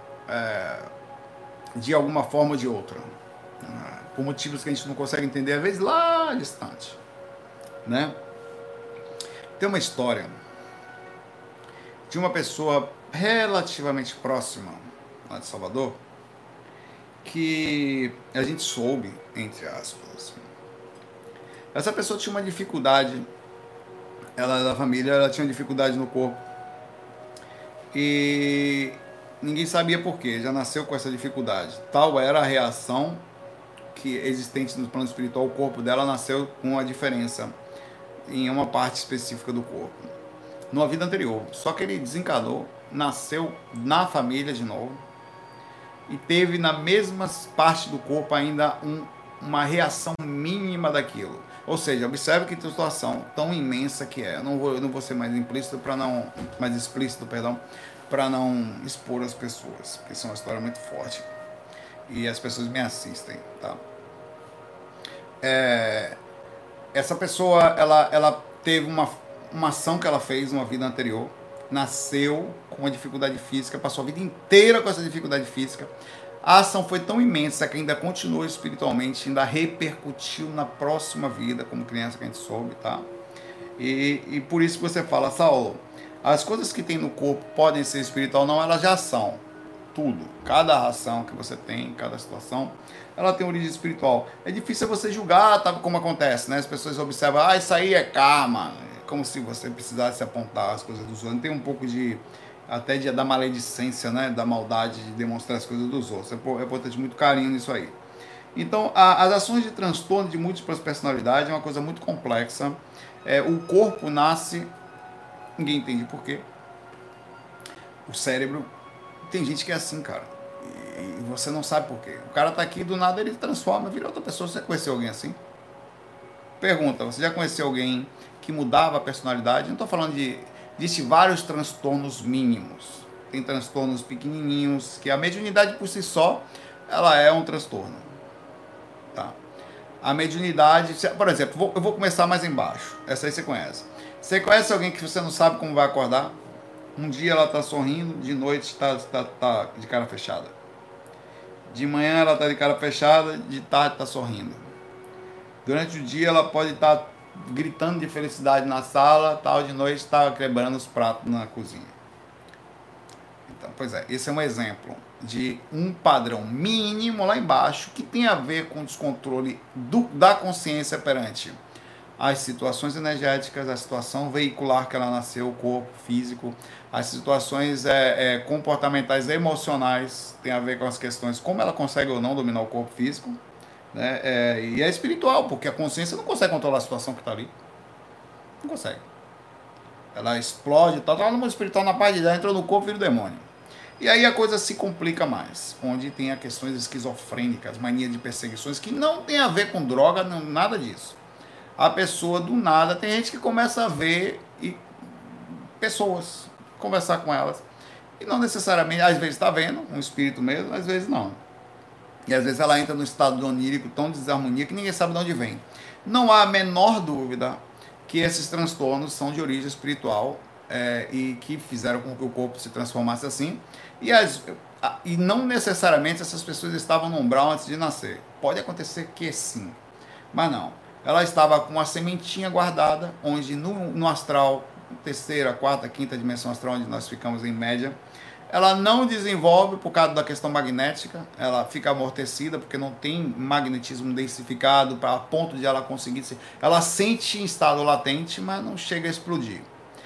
de alguma forma ou de outra, por motivos que a gente não consegue entender, às vezes lá distante, né? Tem uma história de uma pessoa relativamente próxima lá de Salvador, que a gente soube, entre aspas, essa pessoa tinha uma dificuldade, ela da família, ela tinha dificuldade no corpo, e ninguém sabia por quê, já nasceu com essa dificuldade. Tal era a reação que existente no plano espiritual, o corpo dela nasceu com uma diferença em uma parte específica do corpo, numa vida anterior. Só que ele desencanou, nasceu na família de novo, e teve na mesma parte do corpo ainda uma reação mínima daquilo. Ou seja, observe que situação tão imensa que é. Eu não vou ser mais explícito para não expor as pessoas, porque isso é uma história muito forte e as pessoas me assistem, tá? Essa pessoa, ela teve uma ação que ela fez numa vida anterior, nasceu com uma dificuldade física, passou a vida inteira com essa dificuldade física. A ação foi tão imensa que ainda continuou espiritualmente, ainda repercutiu na próxima vida, como criança que a gente soube, tá? E por isso que você fala, Saulo, as coisas que tem no corpo podem ser espiritual, não, elas já são. Tudo. Cada ação que você tem, cada situação, ela tem origem espiritual. É difícil você julgar, tá, como acontece, né? As pessoas observam, isso aí é karma. Como se você precisasse apontar as coisas dos outros. Tem um pouco da maledicência, né? Da maldade de demonstrar as coisas dos outros. É importante muito carinho nisso aí. Então, as ações de transtorno de múltiplas personalidades é uma coisa muito complexa. O corpo nasce, ninguém entende por quê. O cérebro, tem gente que é assim, cara. E você não sabe por quê. O cara tá aqui, do nada ele transforma, vira outra pessoa. Você conheceu alguém assim? Pergunta, você já conheceu alguém que mudava a personalidade? Não estou falando Existem vários transtornos mínimos. Tem transtornos pequenininhos, que a mediunidade por si só, ela é um transtorno. Tá? A mediunidade, por exemplo, eu vou começar mais embaixo. Essa aí você conhece. Você conhece alguém que você não sabe como vai acordar? Um dia ela está sorrindo, de noite está de cara fechada. De manhã ela está de cara fechada, de tarde está sorrindo. Durante o dia ela pode estar gritando de felicidade na sala, tal, de noite está quebrando os pratos na cozinha. Então, pois é, esse é um exemplo de um padrão mínimo lá embaixo que tem a ver com o descontrole da consciência perante as situações energéticas, a situação veicular que ela nasceu, o corpo físico, as situações comportamentais, emocionais, tem a ver com as questões como ela consegue ou não dominar o corpo físico, né? E é espiritual, porque a consciência não consegue controlar a situação que está ali. Não consegue. Ela explode, tá no mundo espiritual, na parte de dentro, entrou no corpo e vira o demônio. E aí a coisa se complica mais, onde tem as questões esquizofrênicas, mania de perseguições, que não tem a ver com droga, não, nada disso. A pessoa do nada, tem gente que começa a ver pessoas, conversar com elas, e não necessariamente, às vezes está vendo um espírito mesmo, às vezes não. E às vezes ela entra no estado onírico tão de desarmonia que ninguém sabe de onde vem. Não há a menor dúvida que esses transtornos são de origem espiritual e que fizeram com que o corpo se transformasse assim. E não necessariamente essas pessoas estavam no umbral antes de nascer. Pode acontecer que sim, mas não. Ela estava com uma sementinha guardada, onde no astral, terceira, quarta, quinta dimensão astral, onde nós ficamos em média, Ela não desenvolve por causa da questão magnética, ela fica amortecida porque não tem magnetismo densificado para a ponto de ela conseguir ser. Ela sente em estado latente, mas não chega a explodir.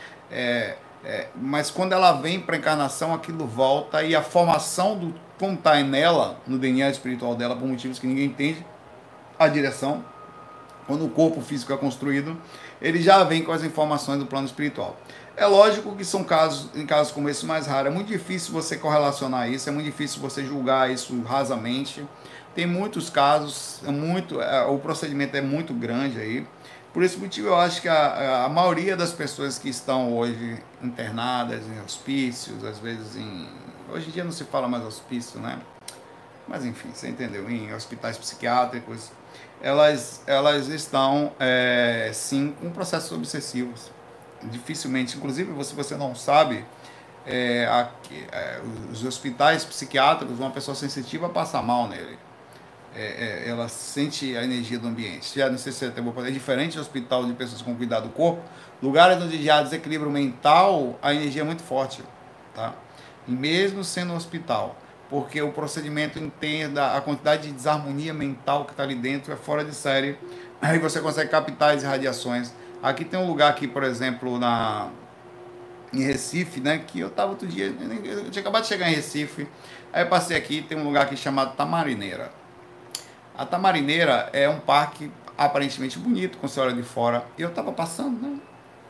Mas quando ela vem para a encarnação, aquilo volta e a formação do como está nela, no DNA espiritual dela, por motivos que ninguém entende, a direção, quando o corpo físico é construído, ele já vem com as informações do plano espiritual. É lógico que são casos, em casos como esse, mais raros. É muito difícil você correlacionar isso, é muito difícil você julgar isso rasamente. Tem muitos casos, o procedimento é muito grande aí. Por esse motivo, eu acho que a maioria das pessoas que estão hoje internadas em hospícios, às vezes hoje em dia não se fala mais hospício, né? Mas enfim, você entendeu, em hospitais psiquiátricos, elas estão, sim, com processos obsessivos. Dificilmente, inclusive, se você não sabe, os hospitais psiquiátricos, uma pessoa sensitiva passa mal nele. Ela sente a energia do ambiente. Já não sei se é diferente do hospital de pessoas com cuidado do corpo, lugares onde já há desequilíbrio mental, a energia é muito forte, tá? E mesmo sendo um hospital, porque o procedimento entenda a quantidade de desarmonia mental que está ali dentro é fora de série. Aí você consegue captar as radiações. Aqui tem um lugar aqui, por exemplo, em Recife, né? Que eu estava outro dia, eu tinha acabado de chegar em Recife. Aí eu passei aqui, tem um lugar aqui chamado Tamarineira. A Tamarineira é um parque aparentemente bonito, com você olha de fora. E eu estava passando, né?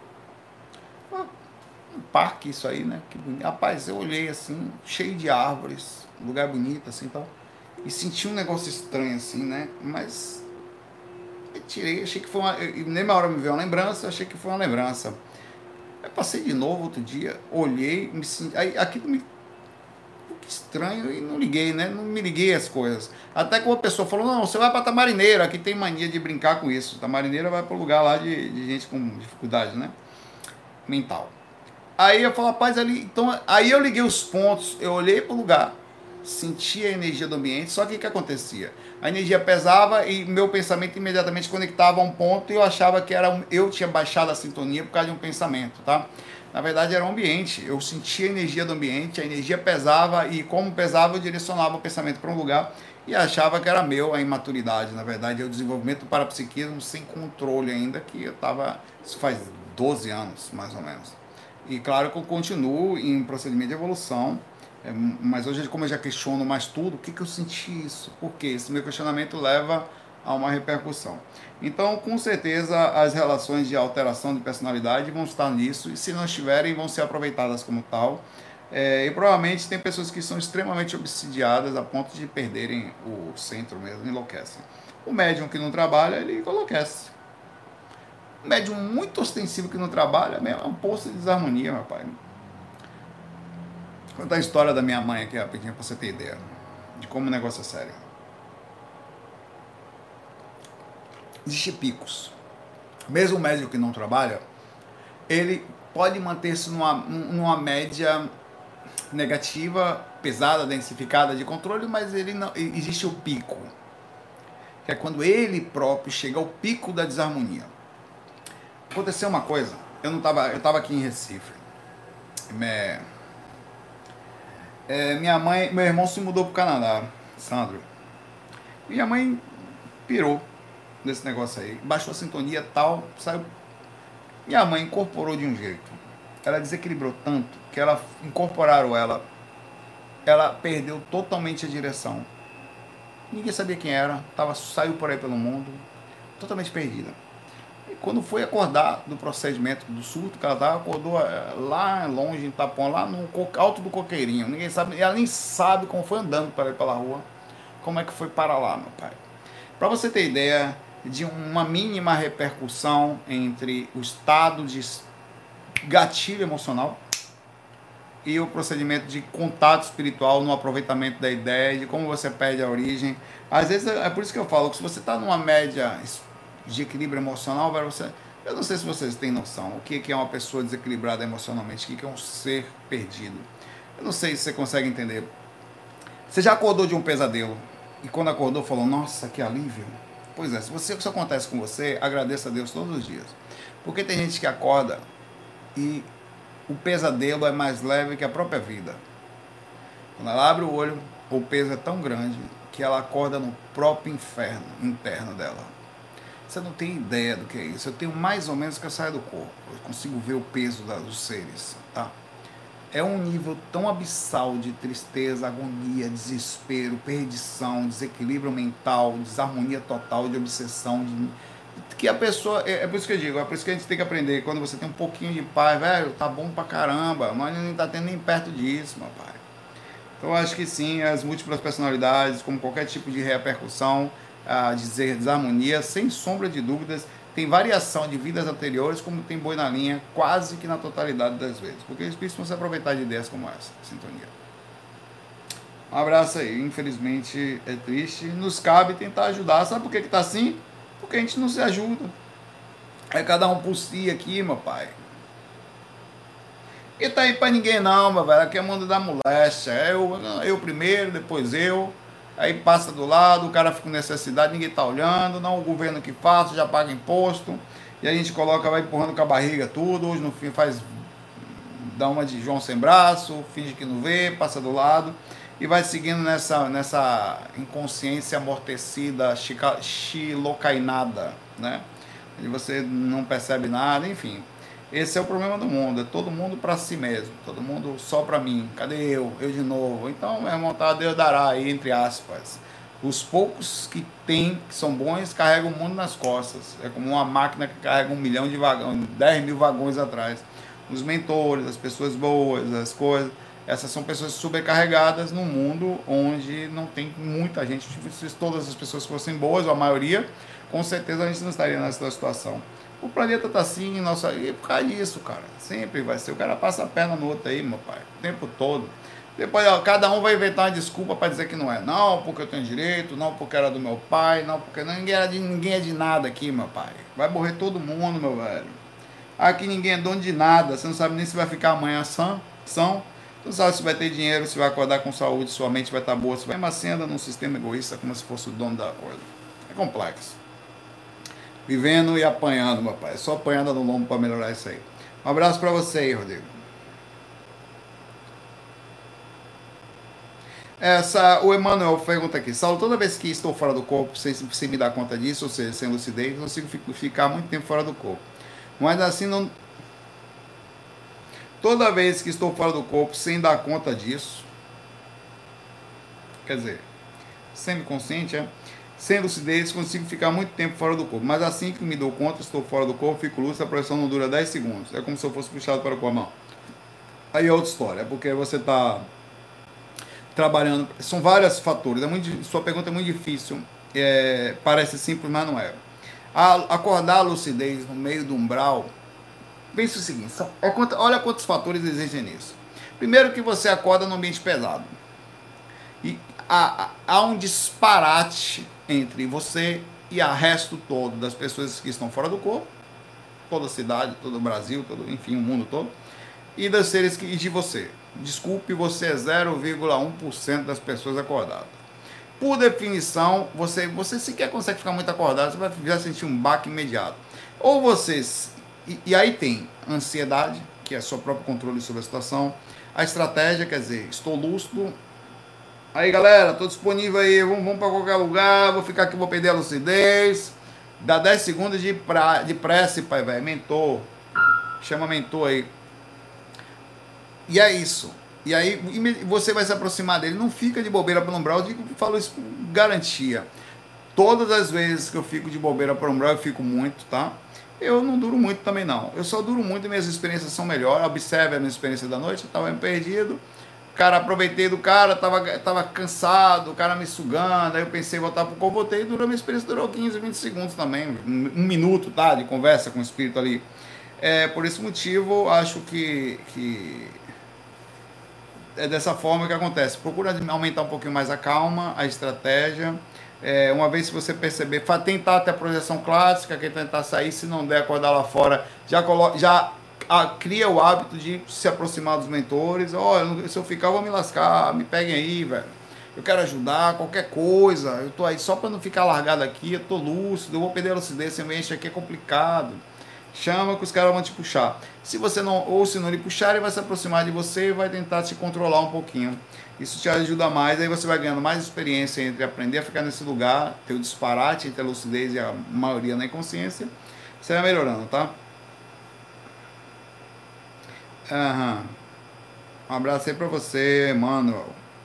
Um parque isso aí, né? Que bonito. Rapaz, eu olhei assim, cheio de árvores, lugar bonito assim e tal. E senti um negócio estranho assim, né? Mas eu tirei, achei que foi uma. Nem na hora me veio uma lembrança, achei que foi uma lembrança. Aí passei de novo outro dia, olhei, me senti. Aí aquilo me. Que estranho, e não liguei, né? Não me liguei às coisas. Até que uma pessoa falou: não, você vai pra Tamarineira, aqui tem mania de brincar com isso. Tamarineira vai pro lugar lá de gente com dificuldade, né? Mental. Aí eu falo, rapaz, ali. Então, aí eu liguei os pontos, eu olhei pro lugar, senti a energia do ambiente, só que o que acontecia? A energia pesava e meu pensamento imediatamente conectava a um ponto e eu achava que eu tinha baixado a sintonia por causa de um pensamento, tá? Na verdade era um ambiente, eu sentia a energia do ambiente, a energia pesava e como pesava eu direcionava o pensamento para um lugar e achava que era meu a imaturidade, na verdade é o desenvolvimento do parapsiquismo sem controle ainda, que eu estava, isso faz 12 anos mais ou menos. E claro que eu continuo em procedimento de evolução, mas hoje, como eu já questiono mais tudo, o que eu senti isso? Por quê? Esse meu questionamento leva a uma repercussão. Então, com certeza, as relações de alteração de personalidade vão estar nisso, e se não estiverem, vão ser aproveitadas como tal. E provavelmente tem pessoas que são extremamente obsidiadas a ponto de perderem o centro mesmo, enlouquecem. O médium que não trabalha, ele enlouquece. O médium muito ostensivo que não trabalha, é um poço de desarmonia, meu pai. Vou contar a história da minha mãe aqui rapidinho pra você ter ideia de como o negócio é sério. Existem picos. Mesmo o médico que não trabalha, ele pode manter-se numa média negativa, pesada, densificada de controle, mas ele não, existe o pico, que é quando ele próprio chega ao pico da desarmonia. Aconteceu uma coisa, eu estava aqui em Recife. Minha mãe, meu irmão se mudou para o Canadá, Sandro. Minha mãe pirou nesse negócio aí, baixou a sintonia tal, saiu. Minha mãe incorporou de um jeito. Ela desequilibrou tanto que incorporaram ela perdeu totalmente a direção. Ninguém sabia quem era, saiu por aí pelo mundo, totalmente perdida. E quando foi acordar do procedimento do surto que ela estava, acordou lá longe, em Itapuã, lá no alto do Coqueirinho. Ninguém sabe, ela nem sabe como foi andando pela rua, como é que foi para lá, meu pai. Para você ter ideia de uma mínima repercussão entre o estado de gatilho emocional e o procedimento de contato espiritual no aproveitamento da ideia, de como você perde a origem. Às vezes é por isso que eu falo que se você está numa média de equilíbrio emocional, eu não sei se vocês têm noção o que é uma pessoa desequilibrada emocionalmente, o que é um ser perdido. Eu não sei se você consegue entender. Você já acordou de um pesadelo e quando acordou falou, nossa, que alívio. Pois é, se isso acontece com você, agradeça a Deus todos os dias. Porque tem gente que acorda e o pesadelo é mais leve que a própria vida. Quando ela abre o olho, o peso é tão grande que ela acorda no próprio inferno interno dela. Você não tem ideia do que é isso. Eu tenho mais ou menos que eu saio do corpo. Eu consigo ver o peso dos seres, tá? É um nível tão abissal de tristeza, agonia, desespero, perdição, desequilíbrio mental, desarmonia total, de obsessão, que a pessoa, é por isso que eu digo, é por isso que a gente tem que aprender, quando você tem um pouquinho de paz, velho, tá bom pra caramba, mas não tá tendo nem perto disso, meu pai. Então eu acho que sim, as múltiplas personalidades, como qualquer tipo de repercussão, a desarmonia, sem sombra de dúvidas, tem variação de vidas anteriores, como tem boi na linha, quase que na totalidade das vezes. Porque os espíritos vão se aproveitar de ideias como essa, sintonia. Um abraço aí, infelizmente é triste, nos cabe tentar ajudar. Sabe por que tá assim? Porque a gente não se ajuda. É cada um por si aqui, meu pai. E tá aí pra ninguém não, meu velho. Aqui é mundo da moléstia. É eu primeiro, depois eu. Aí passa do lado, o cara fica com necessidade, ninguém tá olhando. Não, o governo que faz, já paga imposto. E a gente coloca, vai empurrando com a barriga tudo. Hoje no fim faz, dá uma de João sem braço, finge que não vê, passa do lado. E vai seguindo nessa inconsciência amortecida, xilocainada, né? E você não percebe nada, enfim. Esse é o problema do mundo, é todo mundo para si mesmo, todo mundo só para mim. Cadê eu? Eu de novo. Então, meu irmão, tá, Deus dará aí, entre aspas. Os poucos que tem, que são bons, carregam o mundo nas costas. É como uma máquina que carrega 1 milhão de vagões, 10 mil vagões atrás. Os mentores, as pessoas boas, as coisas. Essas são pessoas sobrecarregadas num mundo onde não tem muita gente. Se todas as pessoas fossem boas, ou a maioria, com certeza a gente não estaria nessa situação. O planeta tá assim, nossa, e por causa disso, cara. Sempre vai ser. O cara passa a perna no outro aí, meu pai. O tempo todo. Depois, ó, cada um vai inventar uma desculpa para dizer que não é. Não, porque eu tenho direito, não porque era do meu pai, não porque ninguém é de nada aqui, meu pai. Vai morrer todo mundo, meu velho. Aqui ninguém é dono de nada. Você não sabe nem se vai ficar amanhã são. Você não sabe se vai ter dinheiro, se vai acordar com saúde, sua mente vai estar boa. Se vai mesmo assim anda num sistema egoísta como se fosse o dono da coisa. É complexo. Vivendo e apanhando, meu pai. Só apanhando no lombo para melhorar isso aí. Um abraço para você aí, Rodrigo. O Emmanuel pergunta aqui: Saulo, toda vez que estou fora do corpo, sem me dar conta disso, ou seja, sem lucidez, eu consigo ficar muito tempo fora do corpo. Mas assim, não. Toda vez que estou fora do corpo, sem dar conta disso, quer dizer, semi-consciente, sem lucidez, consigo ficar muito tempo fora do corpo. Mas assim que me dou conta, estou fora do corpo, fico lúcido, a projeção não dura 10 segundos. É como se eu fosse puxado para o corpo. Não. Aí é outra história, é porque você está trabalhando. São vários fatores. Sua pergunta é muito difícil. Parece simples, mas não é. Acordar a lucidez no meio do umbral. Pense o seguinte: olha quantos fatores existem nisso. Primeiro, que você acorda no ambiente pesado. E há um disparate entre você e o resto todo das pessoas que estão fora do corpo, toda a cidade, todo o Brasil, enfim, o mundo todo, e dos seres e de você. Desculpe, você é 0,1% das pessoas acordadas. Por definição, você sequer consegue ficar muito acordado, você vai sentir um baque imediato. Ou você... E aí tem ansiedade, que é seu próprio controle sobre a situação. A estratégia, quer dizer, estou lúcido. Aí, galera, estou disponível aí, vamos para qualquer lugar, vou ficar aqui, vou perder a lucidez. Dá 10 segundos de prece, pai, velho. Mentor. Chama mentor aí. E é isso. E aí você vai se aproximar dele. Não fica de bobeira pelo umbral. Eu falo isso com garantia. Todas as vezes que eu fico de bobeira pelo umbral, eu fico muito, tá? Eu não duro muito também, não. Eu só duro muito e minhas experiências são melhores. Observe a minha experiência da noite. Eu estava perdido. Cara, aproveitei do cara, tava cansado, o cara me sugando, aí eu pensei em voltar pro corpo, voltei, durou, minha experiência durou 15, 20 segundos também, 1 minuto, tá, de conversa com o espírito ali. Por esse motivo, acho que é dessa forma que acontece. Procura aumentar um pouquinho mais a calma, a estratégia. Uma vez que você perceber, tentar até a projeção clássica, que tentar sair, se não der, acordar lá fora, já cria o hábito de se aproximar dos mentores. Olha, se eu ficar, eu vou me lascar, me peguem aí, velho. Eu quero ajudar, qualquer coisa. Eu tô aí só para não ficar largado aqui, eu tô lúcido, eu vou perder a lucidez, esse ambiente aqui é complicado. Chama que os caras vão te puxar. Se você não, ou se não lhe puxar, ele vai se aproximar de você e vai tentar te controlar um pouquinho. Isso te ajuda mais, aí você vai ganhando mais experiência entre aprender a ficar nesse lugar, ter o disparate entre a lucidez e a maioria na inconsciência. Você vai melhorando, tá? Aham. Um abraço aí pra você, Manuel.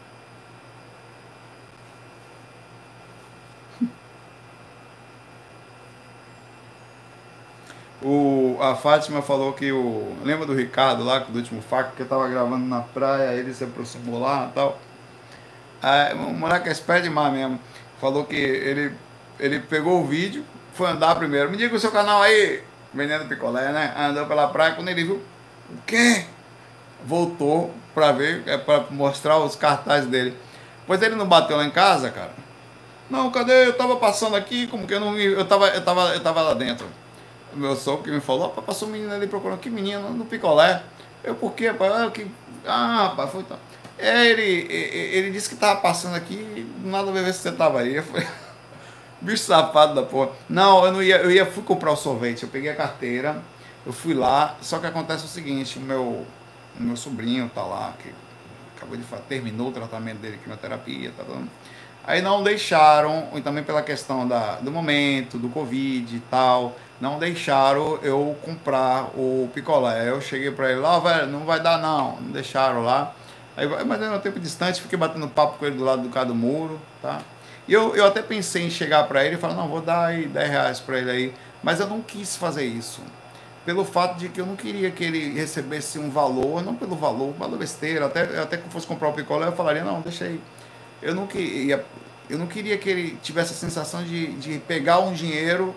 A Fátima falou que lembra do Ricardo lá, do último faca, que eu tava gravando na praia, ele se aproximou lá e tal. Aí, o moleque é esperto demais mesmo. Falou que ele pegou o vídeo, foi andar primeiro. Me diga o seu canal aí, vendendo picolé, né? Andou pela praia, quando ele viu, o quê? Voltou pra ver, pra mostrar os cartazes dele. Pois ele não bateu lá em casa, cara. Não, cadê? Eu tava passando aqui, como que eu não vi? Eu tava lá dentro. O meu sogro que me falou, "Pá, passou um menino ali procurando, que menino? No picolé. Eu, por quê, pai? Rapaz, foi tal. Ele disse que tava passando aqui, nada a ver se você tava aí. Eu falei, bicho safado da porra. Não, eu não ia, fui comprar o sorvete, eu peguei a carteira, eu fui lá, só que acontece o seguinte, o meu sobrinho tá lá, que acabou de terminou o tratamento dele, quimioterapia, tá dando. Aí não deixaram, e também pela questão do momento, do Covid e tal, não deixaram eu comprar o picolé. Eu cheguei pra ele lá, velho, não vai dar não deixaram lá. Aí, mas era um tempo distante, fiquei batendo papo com ele do lado do cara do muro, tá? E eu até pensei em chegar pra ele e falar, não, vou dar aí R$ 10 pra ele aí, mas eu não quis fazer isso. Pelo fato de que eu não queria que ele recebesse um valor, não pelo valor besteira, até que eu fosse comprar o picolé, eu falaria, não, deixa aí. Eu não queria que ele tivesse a sensação de pegar um dinheiro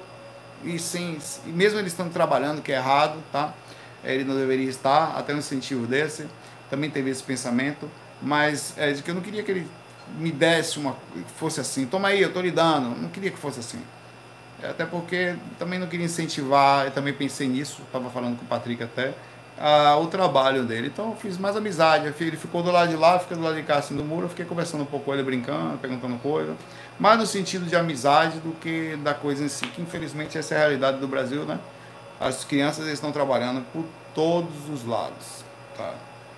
e mesmo ele estando trabalhando, que é errado, tá? Ele não deveria estar, até um incentivo desse, também teve esse pensamento, mas de que eu não queria que ele me desse fosse assim, toma aí, eu tô lhe dando, não queria que fosse assim. Até porque também não queria incentivar, eu também pensei nisso, estava falando com o Patrick até, o trabalho dele. Então eu fiz mais amizade. Ele ficou do lado de lá, fica do lado de cá assim do muro, eu fiquei conversando um pouco com ele, brincando, perguntando coisa. Mais no sentido de amizade do que da coisa em si, que infelizmente essa é a realidade do Brasil, né? As crianças estão trabalhando por todos os lados, tá?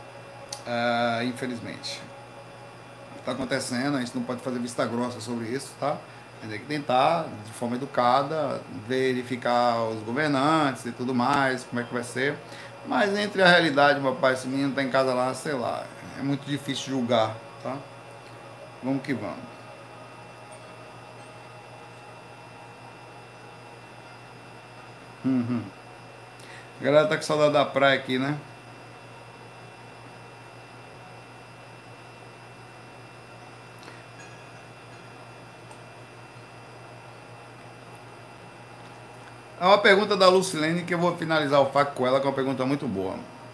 Infelizmente. Está acontecendo, a gente não pode fazer vista grossa sobre isso, tá? A gente tem que tentar, de forma educada, verificar os governantes e tudo mais, como é que vai ser. Mas entre a realidade, meu pai, esse menino tá em casa lá, sei lá, é muito difícil julgar, tá? Vamos que vamos. A galera tá com saudade da praia aqui, né? É uma pergunta da Lucilene que eu vou finalizar o fac com ela, que é uma pergunta muito boa.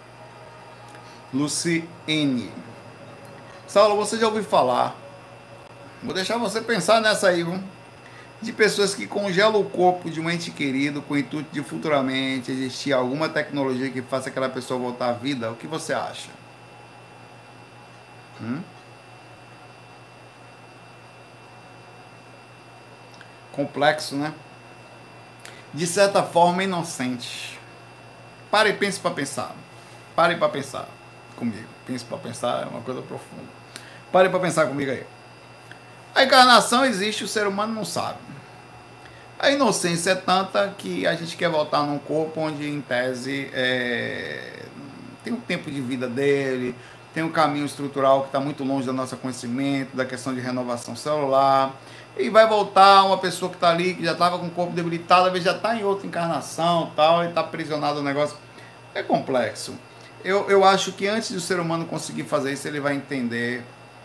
Luciene. Saulo, você já ouviu falar? Vou deixar você pensar nessa aí, viu? De pessoas que congelam o corpo de um ente querido com o intuito de futuramente existir alguma tecnologia que faça aquela pessoa voltar à vida. O que você acha? Complexo, né? De certa forma, inocente. Pare e pense para pensar. Pare para pensar comigo. Pense para pensar, é uma coisa profunda. Pare para pensar comigo aí. A encarnação existe, o ser humano não sabe. A inocência é tanta que a gente quer voltar num corpo onde, em tese, tem um tempo de vida dele, tem um caminho estrutural que está muito longe do nosso conhecimento, da questão de renovação celular, e vai voltar uma pessoa que está ali, que já estava com o corpo debilitado, às vezes já está em outra encarnação tal, e está aprisionado no negócio. É complexo. Eu acho que antes do ser humano conseguir fazer isso, ele vai entender,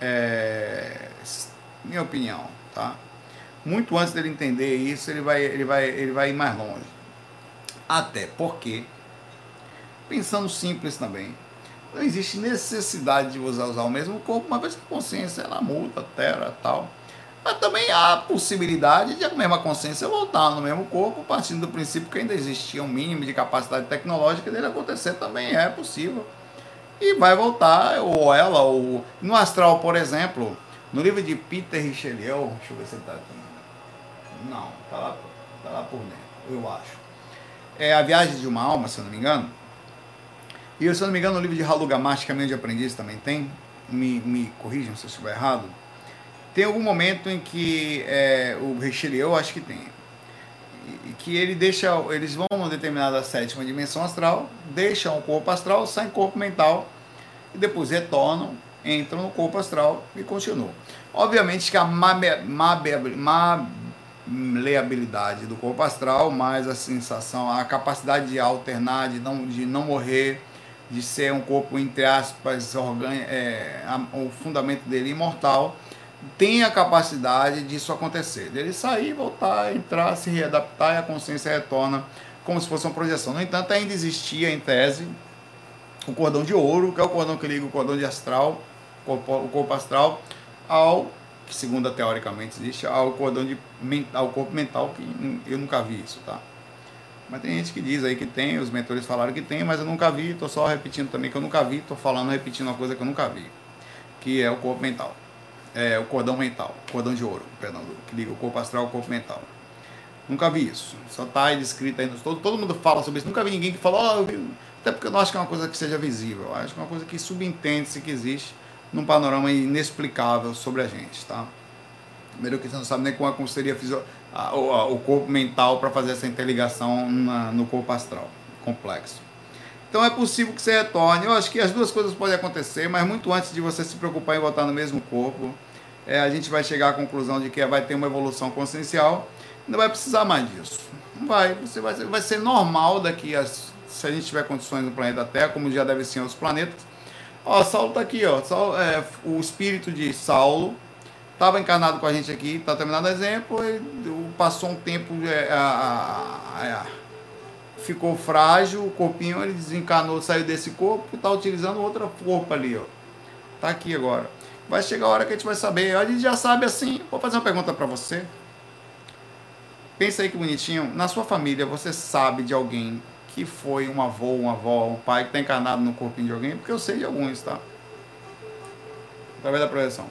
minha opinião, tá? Muito antes dele entender isso, ele vai ir mais longe. Até porque, pensando simples também, não existe necessidade de você usar o mesmo corpo, uma vez que a consciência ela muda, altera tal. Mas também há a possibilidade de a mesma consciência voltar no mesmo corpo, partindo do princípio que ainda existia um mínimo de capacidade tecnológica dele acontecer, também é possível. E vai voltar, ou ela, ou no astral, por exemplo, no livro de Peter Richelieu, deixa eu ver se ele está aqui. Não, tá lá por dentro, eu acho. é A Viagem de uma Alma, se eu não me engano. E se eu não me engano, no livro de Raul Gamache, Caminho de Aprendiz, também tem. Me corrijam se eu estiver errado. Tem algum momento em que o Richelieu, acho que tem, que ele deixa, eles vão numa determinada sétima dimensão astral, deixam o corpo astral, saem corpo mental e depois retornam, entram no corpo astral e continuam. Obviamente que a maleabilidade do corpo astral, mais a sensação, a capacidade de alternar, de não morrer, de ser um corpo, entre aspas, o fundamento dele imortal, tem a capacidade disso acontecer, dele sair, voltar, entrar, se readaptar e a consciência retorna como se fosse uma projeção. No entanto, ainda existia, em tese, o cordão de ouro, que é o cordão que liga o cordão de astral, o corpo astral, ao que, segundo teoricamente existe, ao corpo mental, que eu nunca vi isso, tá? Mas tem gente que diz aí que tem, os mentores falaram que tem, mas eu nunca vi, estou só repetindo também que eu nunca vi, estou falando, repetindo uma coisa que eu nunca vi, que é o corpo mental. O cordão mental, cordão de ouro, perdão, que liga o corpo astral ao corpo mental. Nunca vi isso, só está aí descrito aí, todo mundo fala sobre isso, nunca vi ninguém que fala, até porque eu não acho que é uma coisa que seja visível, eu acho que é uma coisa que subentende-se que existe num panorama inexplicável sobre a gente, tá? Primeiro que você não sabe nem como seria o corpo mental para fazer essa interligação no corpo astral, complexo. Então é possível que você retorne. Eu acho que as duas coisas podem acontecer, mas muito antes de você se preocupar em voltar no mesmo corpo, a gente vai chegar à conclusão de que vai ter uma evolução consciencial, não vai precisar mais disso. Não vai, vai ser normal se a gente tiver condições no planeta Terra, como já deve ser os planetas. Ó, Saulo está aqui, ó. O espírito de Saulo estava encarnado com a gente aqui, está terminando o exemplo, passou um tempo, ficou frágil, o corpinho, ele desencarnou, saiu desse corpo e está utilizando outro corpo ali, ó. Tá aqui agora. Vai chegar a hora que a gente vai saber. A gente já sabe assim. Vou fazer uma pergunta para você. Pensa aí que bonitinho. Na sua família, você sabe de alguém que foi um avô, uma avó, um pai que está encarnado no corpinho de alguém? Porque eu sei de alguns, tá? Através da projeção.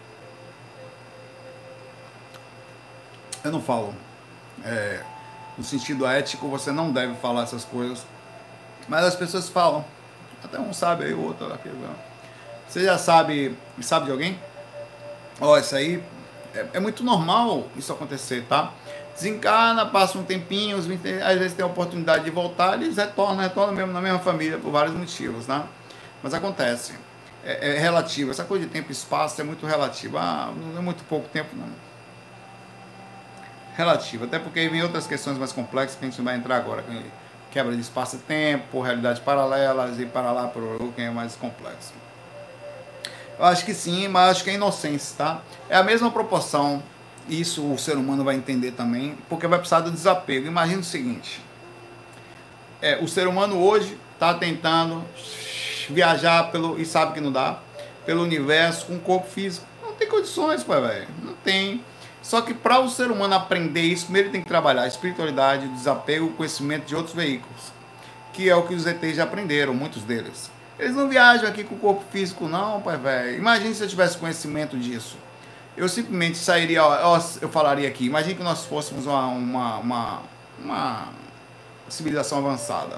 Eu não falo. No sentido ético, você não deve falar essas coisas. Mas as pessoas falam. Até um sabe aí, o outro aqui. Você já sabe de alguém? Ó, isso aí é muito normal isso acontecer, tá? Desencarna, passa um tempinho, às vezes tem a oportunidade de voltar, eles retornam mesmo na mesma família por vários motivos, tá? Mas acontece. É relativo. Essa coisa de tempo e espaço é muito relativo. Não é muito pouco tempo, não. Relativo, até porque vem outras questões mais complexas que a gente não vai entrar agora. Quebra de espaço e tempo, realidades paralelas e para lá, para o que é mais complexo. Eu acho que sim, mas acho que é inocência, tá? É a mesma proporção, isso o ser humano vai entender também, porque vai precisar do desapego. Imagina o seguinte, o ser humano hoje está tentando viajar e sabe que não dá, pelo universo com um corpo físico. Não tem condições, pai, velho. Não tem. Só que para o ser humano aprender isso, primeiro ele tem que trabalhar a espiritualidade, o desapego, o conhecimento de outros veículos, que é o que os ETs já aprenderam, muitos deles. Eles não viajam aqui com o corpo físico, não, pai, velho. Imagine se eu tivesse conhecimento disso. Eu simplesmente sairia, eu falaria aqui, imagine que nós fôssemos uma civilização avançada.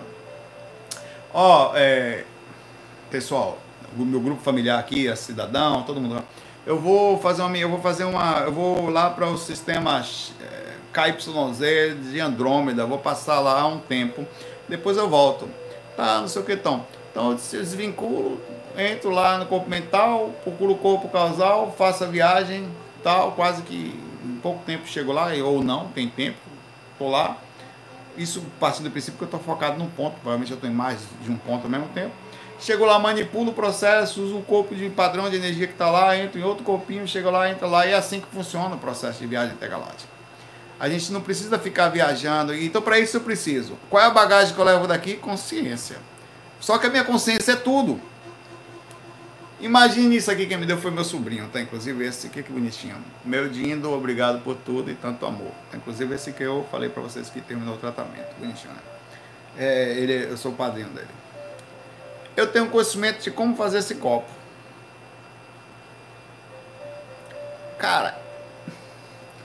Pessoal, o meu grupo familiar aqui, a cidadão, todo mundo. Eu vou lá para o sistema KYZ de Andrômeda, vou passar lá um tempo, depois eu volto. Tá, não sei o que então. Então eu desvinculo, entro lá no corpo mental, procuro o corpo causal, faço a viagem, tal, quase que em pouco tempo chego lá, ou não, tem tempo, tô lá. Isso partindo do princípio que eu estou focado num ponto, provavelmente eu estou em mais de um ponto ao mesmo tempo. Chego lá, manipulo o processo, uso o corpo de padrão de energia que está lá, entro em outro corpinho, chego lá, entra lá, e é assim que funciona o processo de viagem intergaláctica. A gente não precisa ficar viajando, então para isso eu preciso. Qual é a bagagem que eu levo daqui? Consciência. Só que a minha consciência é tudo. Imagine isso aqui, quem me deu foi meu sobrinho, tá? Inclusive esse aqui, que bonitinho. Meu Dindo, obrigado por tudo e tanto amor. Inclusive esse que eu falei para vocês que terminou o tratamento. Bonitinho, né? Eu sou o padrinho dele. Eu tenho conhecimento de como fazer esse copo. Cara,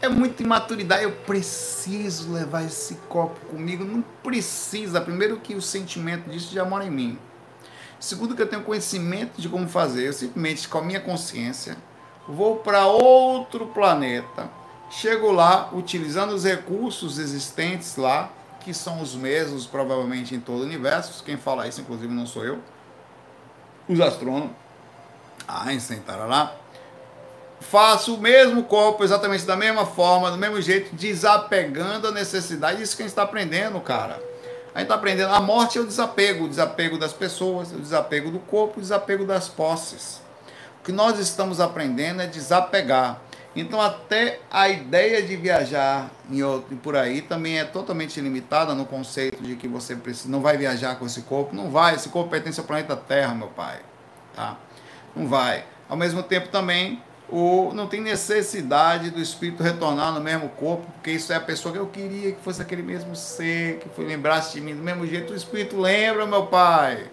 É muita imaturidade. Eu preciso levar esse copo comigo. Não precisa. Primeiro que o sentimento disso já mora em mim. Segundo que eu tenho conhecimento de como fazer. Eu simplesmente, com a minha consciência, vou para outro planeta. Chego lá, utilizando os recursos existentes lá, que são os mesmos, provavelmente, em todo o universo. Quem fala isso, inclusive, não sou eu. Os astrônomos. Einstein, tarará. Faço o mesmo corpo, exatamente da mesma forma, do mesmo jeito, desapegando a necessidade. Isso que a gente está aprendendo, cara. A gente está aprendendo. A morte é o desapego das pessoas, o desapego do corpo, o desapego das posses. O que nós estamos aprendendo é desapegar. Então, até a ideia de viajar por aí também é totalmente limitada no conceito de que você não vai viajar com esse corpo. Não vai, esse corpo pertence ao planeta Terra, meu pai. Tá? Não vai. Ao mesmo tempo também, não tem necessidade do espírito retornar no mesmo corpo, porque isso é a pessoa que eu queria que fosse aquele mesmo ser, que lembrasse de mim do mesmo jeito. O espírito lembra, meu pai.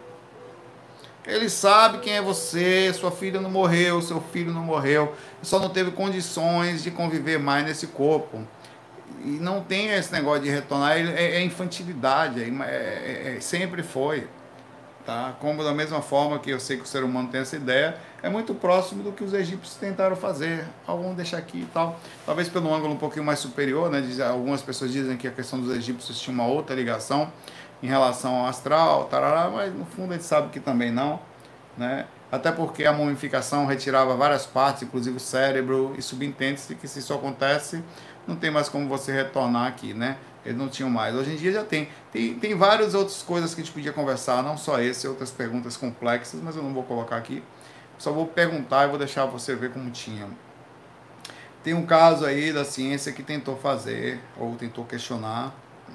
Ele sabe quem é você, sua filha não morreu, seu filho não morreu, só não teve condições de conviver mais nesse corpo. E não tem esse negócio de retornar, é infantilidade, sempre foi. Tá? Como da mesma forma que eu sei que o ser humano tem essa ideia, é muito próximo do que os egípcios tentaram fazer. Vamos deixar aqui e tal. Talvez pelo ângulo um pouquinho mais superior, né? Algumas pessoas dizem que a questão dos egípcios tinha uma outra ligação em relação ao astral, tarará, mas no fundo a gente sabe que também não, né? Até porque a mumificação retirava várias partes, inclusive o cérebro, e subentende-se que se isso acontece, não tem mais como você retornar aqui, né? Eles não tinham mais. Hoje em dia já tem. Tem várias outras coisas que a gente podia conversar, não só esse, outras perguntas complexas, mas eu não vou colocar aqui. Só vou perguntar e vou deixar você ver como tinha. Tem um caso aí da ciência que tentou fazer, ou tentou questionar,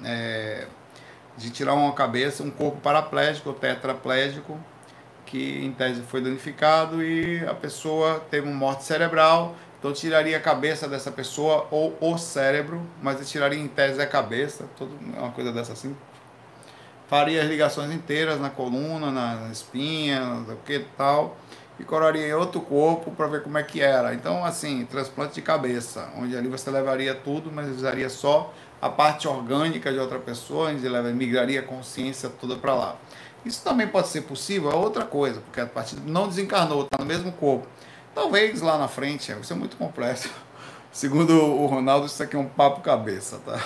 de tirar uma cabeça, um corpo paraplégico ou tetraplégico, que em tese foi danificado e a pessoa teve uma morte cerebral. Então tiraria a cabeça dessa pessoa ou o cérebro, mas eu tiraria em tese a cabeça, uma coisa dessa assim. Faria as ligações inteiras na coluna, na espinha, o que tal, e colocaria em outro corpo para ver como é que era. Então, assim, transplante de cabeça, onde ali você levaria tudo, mas usaria só a parte orgânica de outra pessoa, onde migraria a consciência toda para lá. Isso também pode ser possível, é outra coisa, porque a partir não desencarnou, está no mesmo corpo. Talvez lá na frente, isso é muito complexo. Segundo o Ronaldo, isso aqui é um papo cabeça, tá?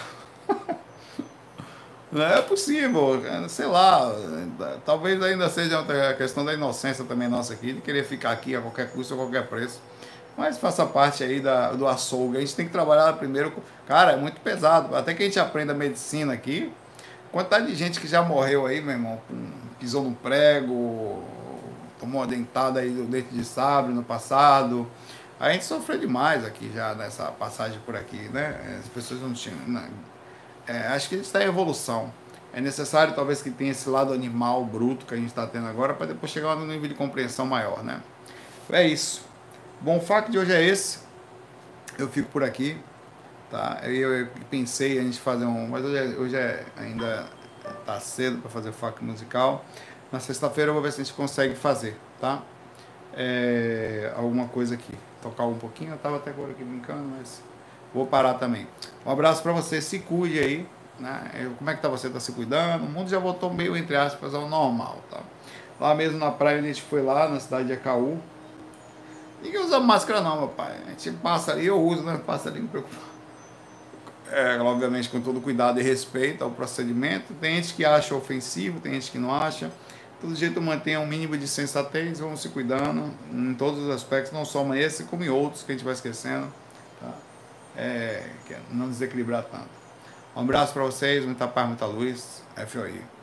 Não é possível, sei lá, talvez ainda seja a questão da inocência também nossa aqui, de querer ficar aqui a qualquer custo, a qualquer preço. Mas faça parte aí do açougue. A gente tem que trabalhar primeiro. Cara, é muito pesado. Até que a gente aprenda medicina aqui. Quantidade de gente que já morreu aí, meu irmão, pisou no prego, tomou uma dentada aí do dente de sabre no passado. A gente sofreu demais aqui já nessa passagem por aqui, né? As pessoas não tinham. Acho que a gente está em evolução. É necessário talvez que tenha esse lado animal bruto que a gente está tendo agora para depois chegar num nível de compreensão maior, né? É isso. Bom, o fato de hoje é esse. Eu fico por aqui, tá? Eu pensei a gente fazer mas hoje ainda tá cedo para fazer o fac musical. Na sexta-feira eu vou ver se a gente consegue fazer, tá? Alguma coisa aqui. Tocar um pouquinho, eu tava até agora aqui brincando, mas vou parar também. Um abraço para você, se cuide aí, né? Como é que tá você? Tá se cuidando? O mundo já voltou meio, entre aspas, ao normal, tá? Lá mesmo na praia, a gente foi lá, na cidade de Acaú. Ninguém usa máscara não, meu pai. A gente passa ali, eu uso, né? Passa ali, não preocupa. Obviamente com todo cuidado e respeito ao procedimento. Tem gente que acha ofensivo, tem gente que não acha. De todo jeito, mantenha um mínimo de sensatez, vamos se cuidando em todos os aspectos, não só esse, como em outros que a gente vai esquecendo, tá? Não desequilibrar tanto. Um abraço para vocês, muita paz, muita luz. FOI.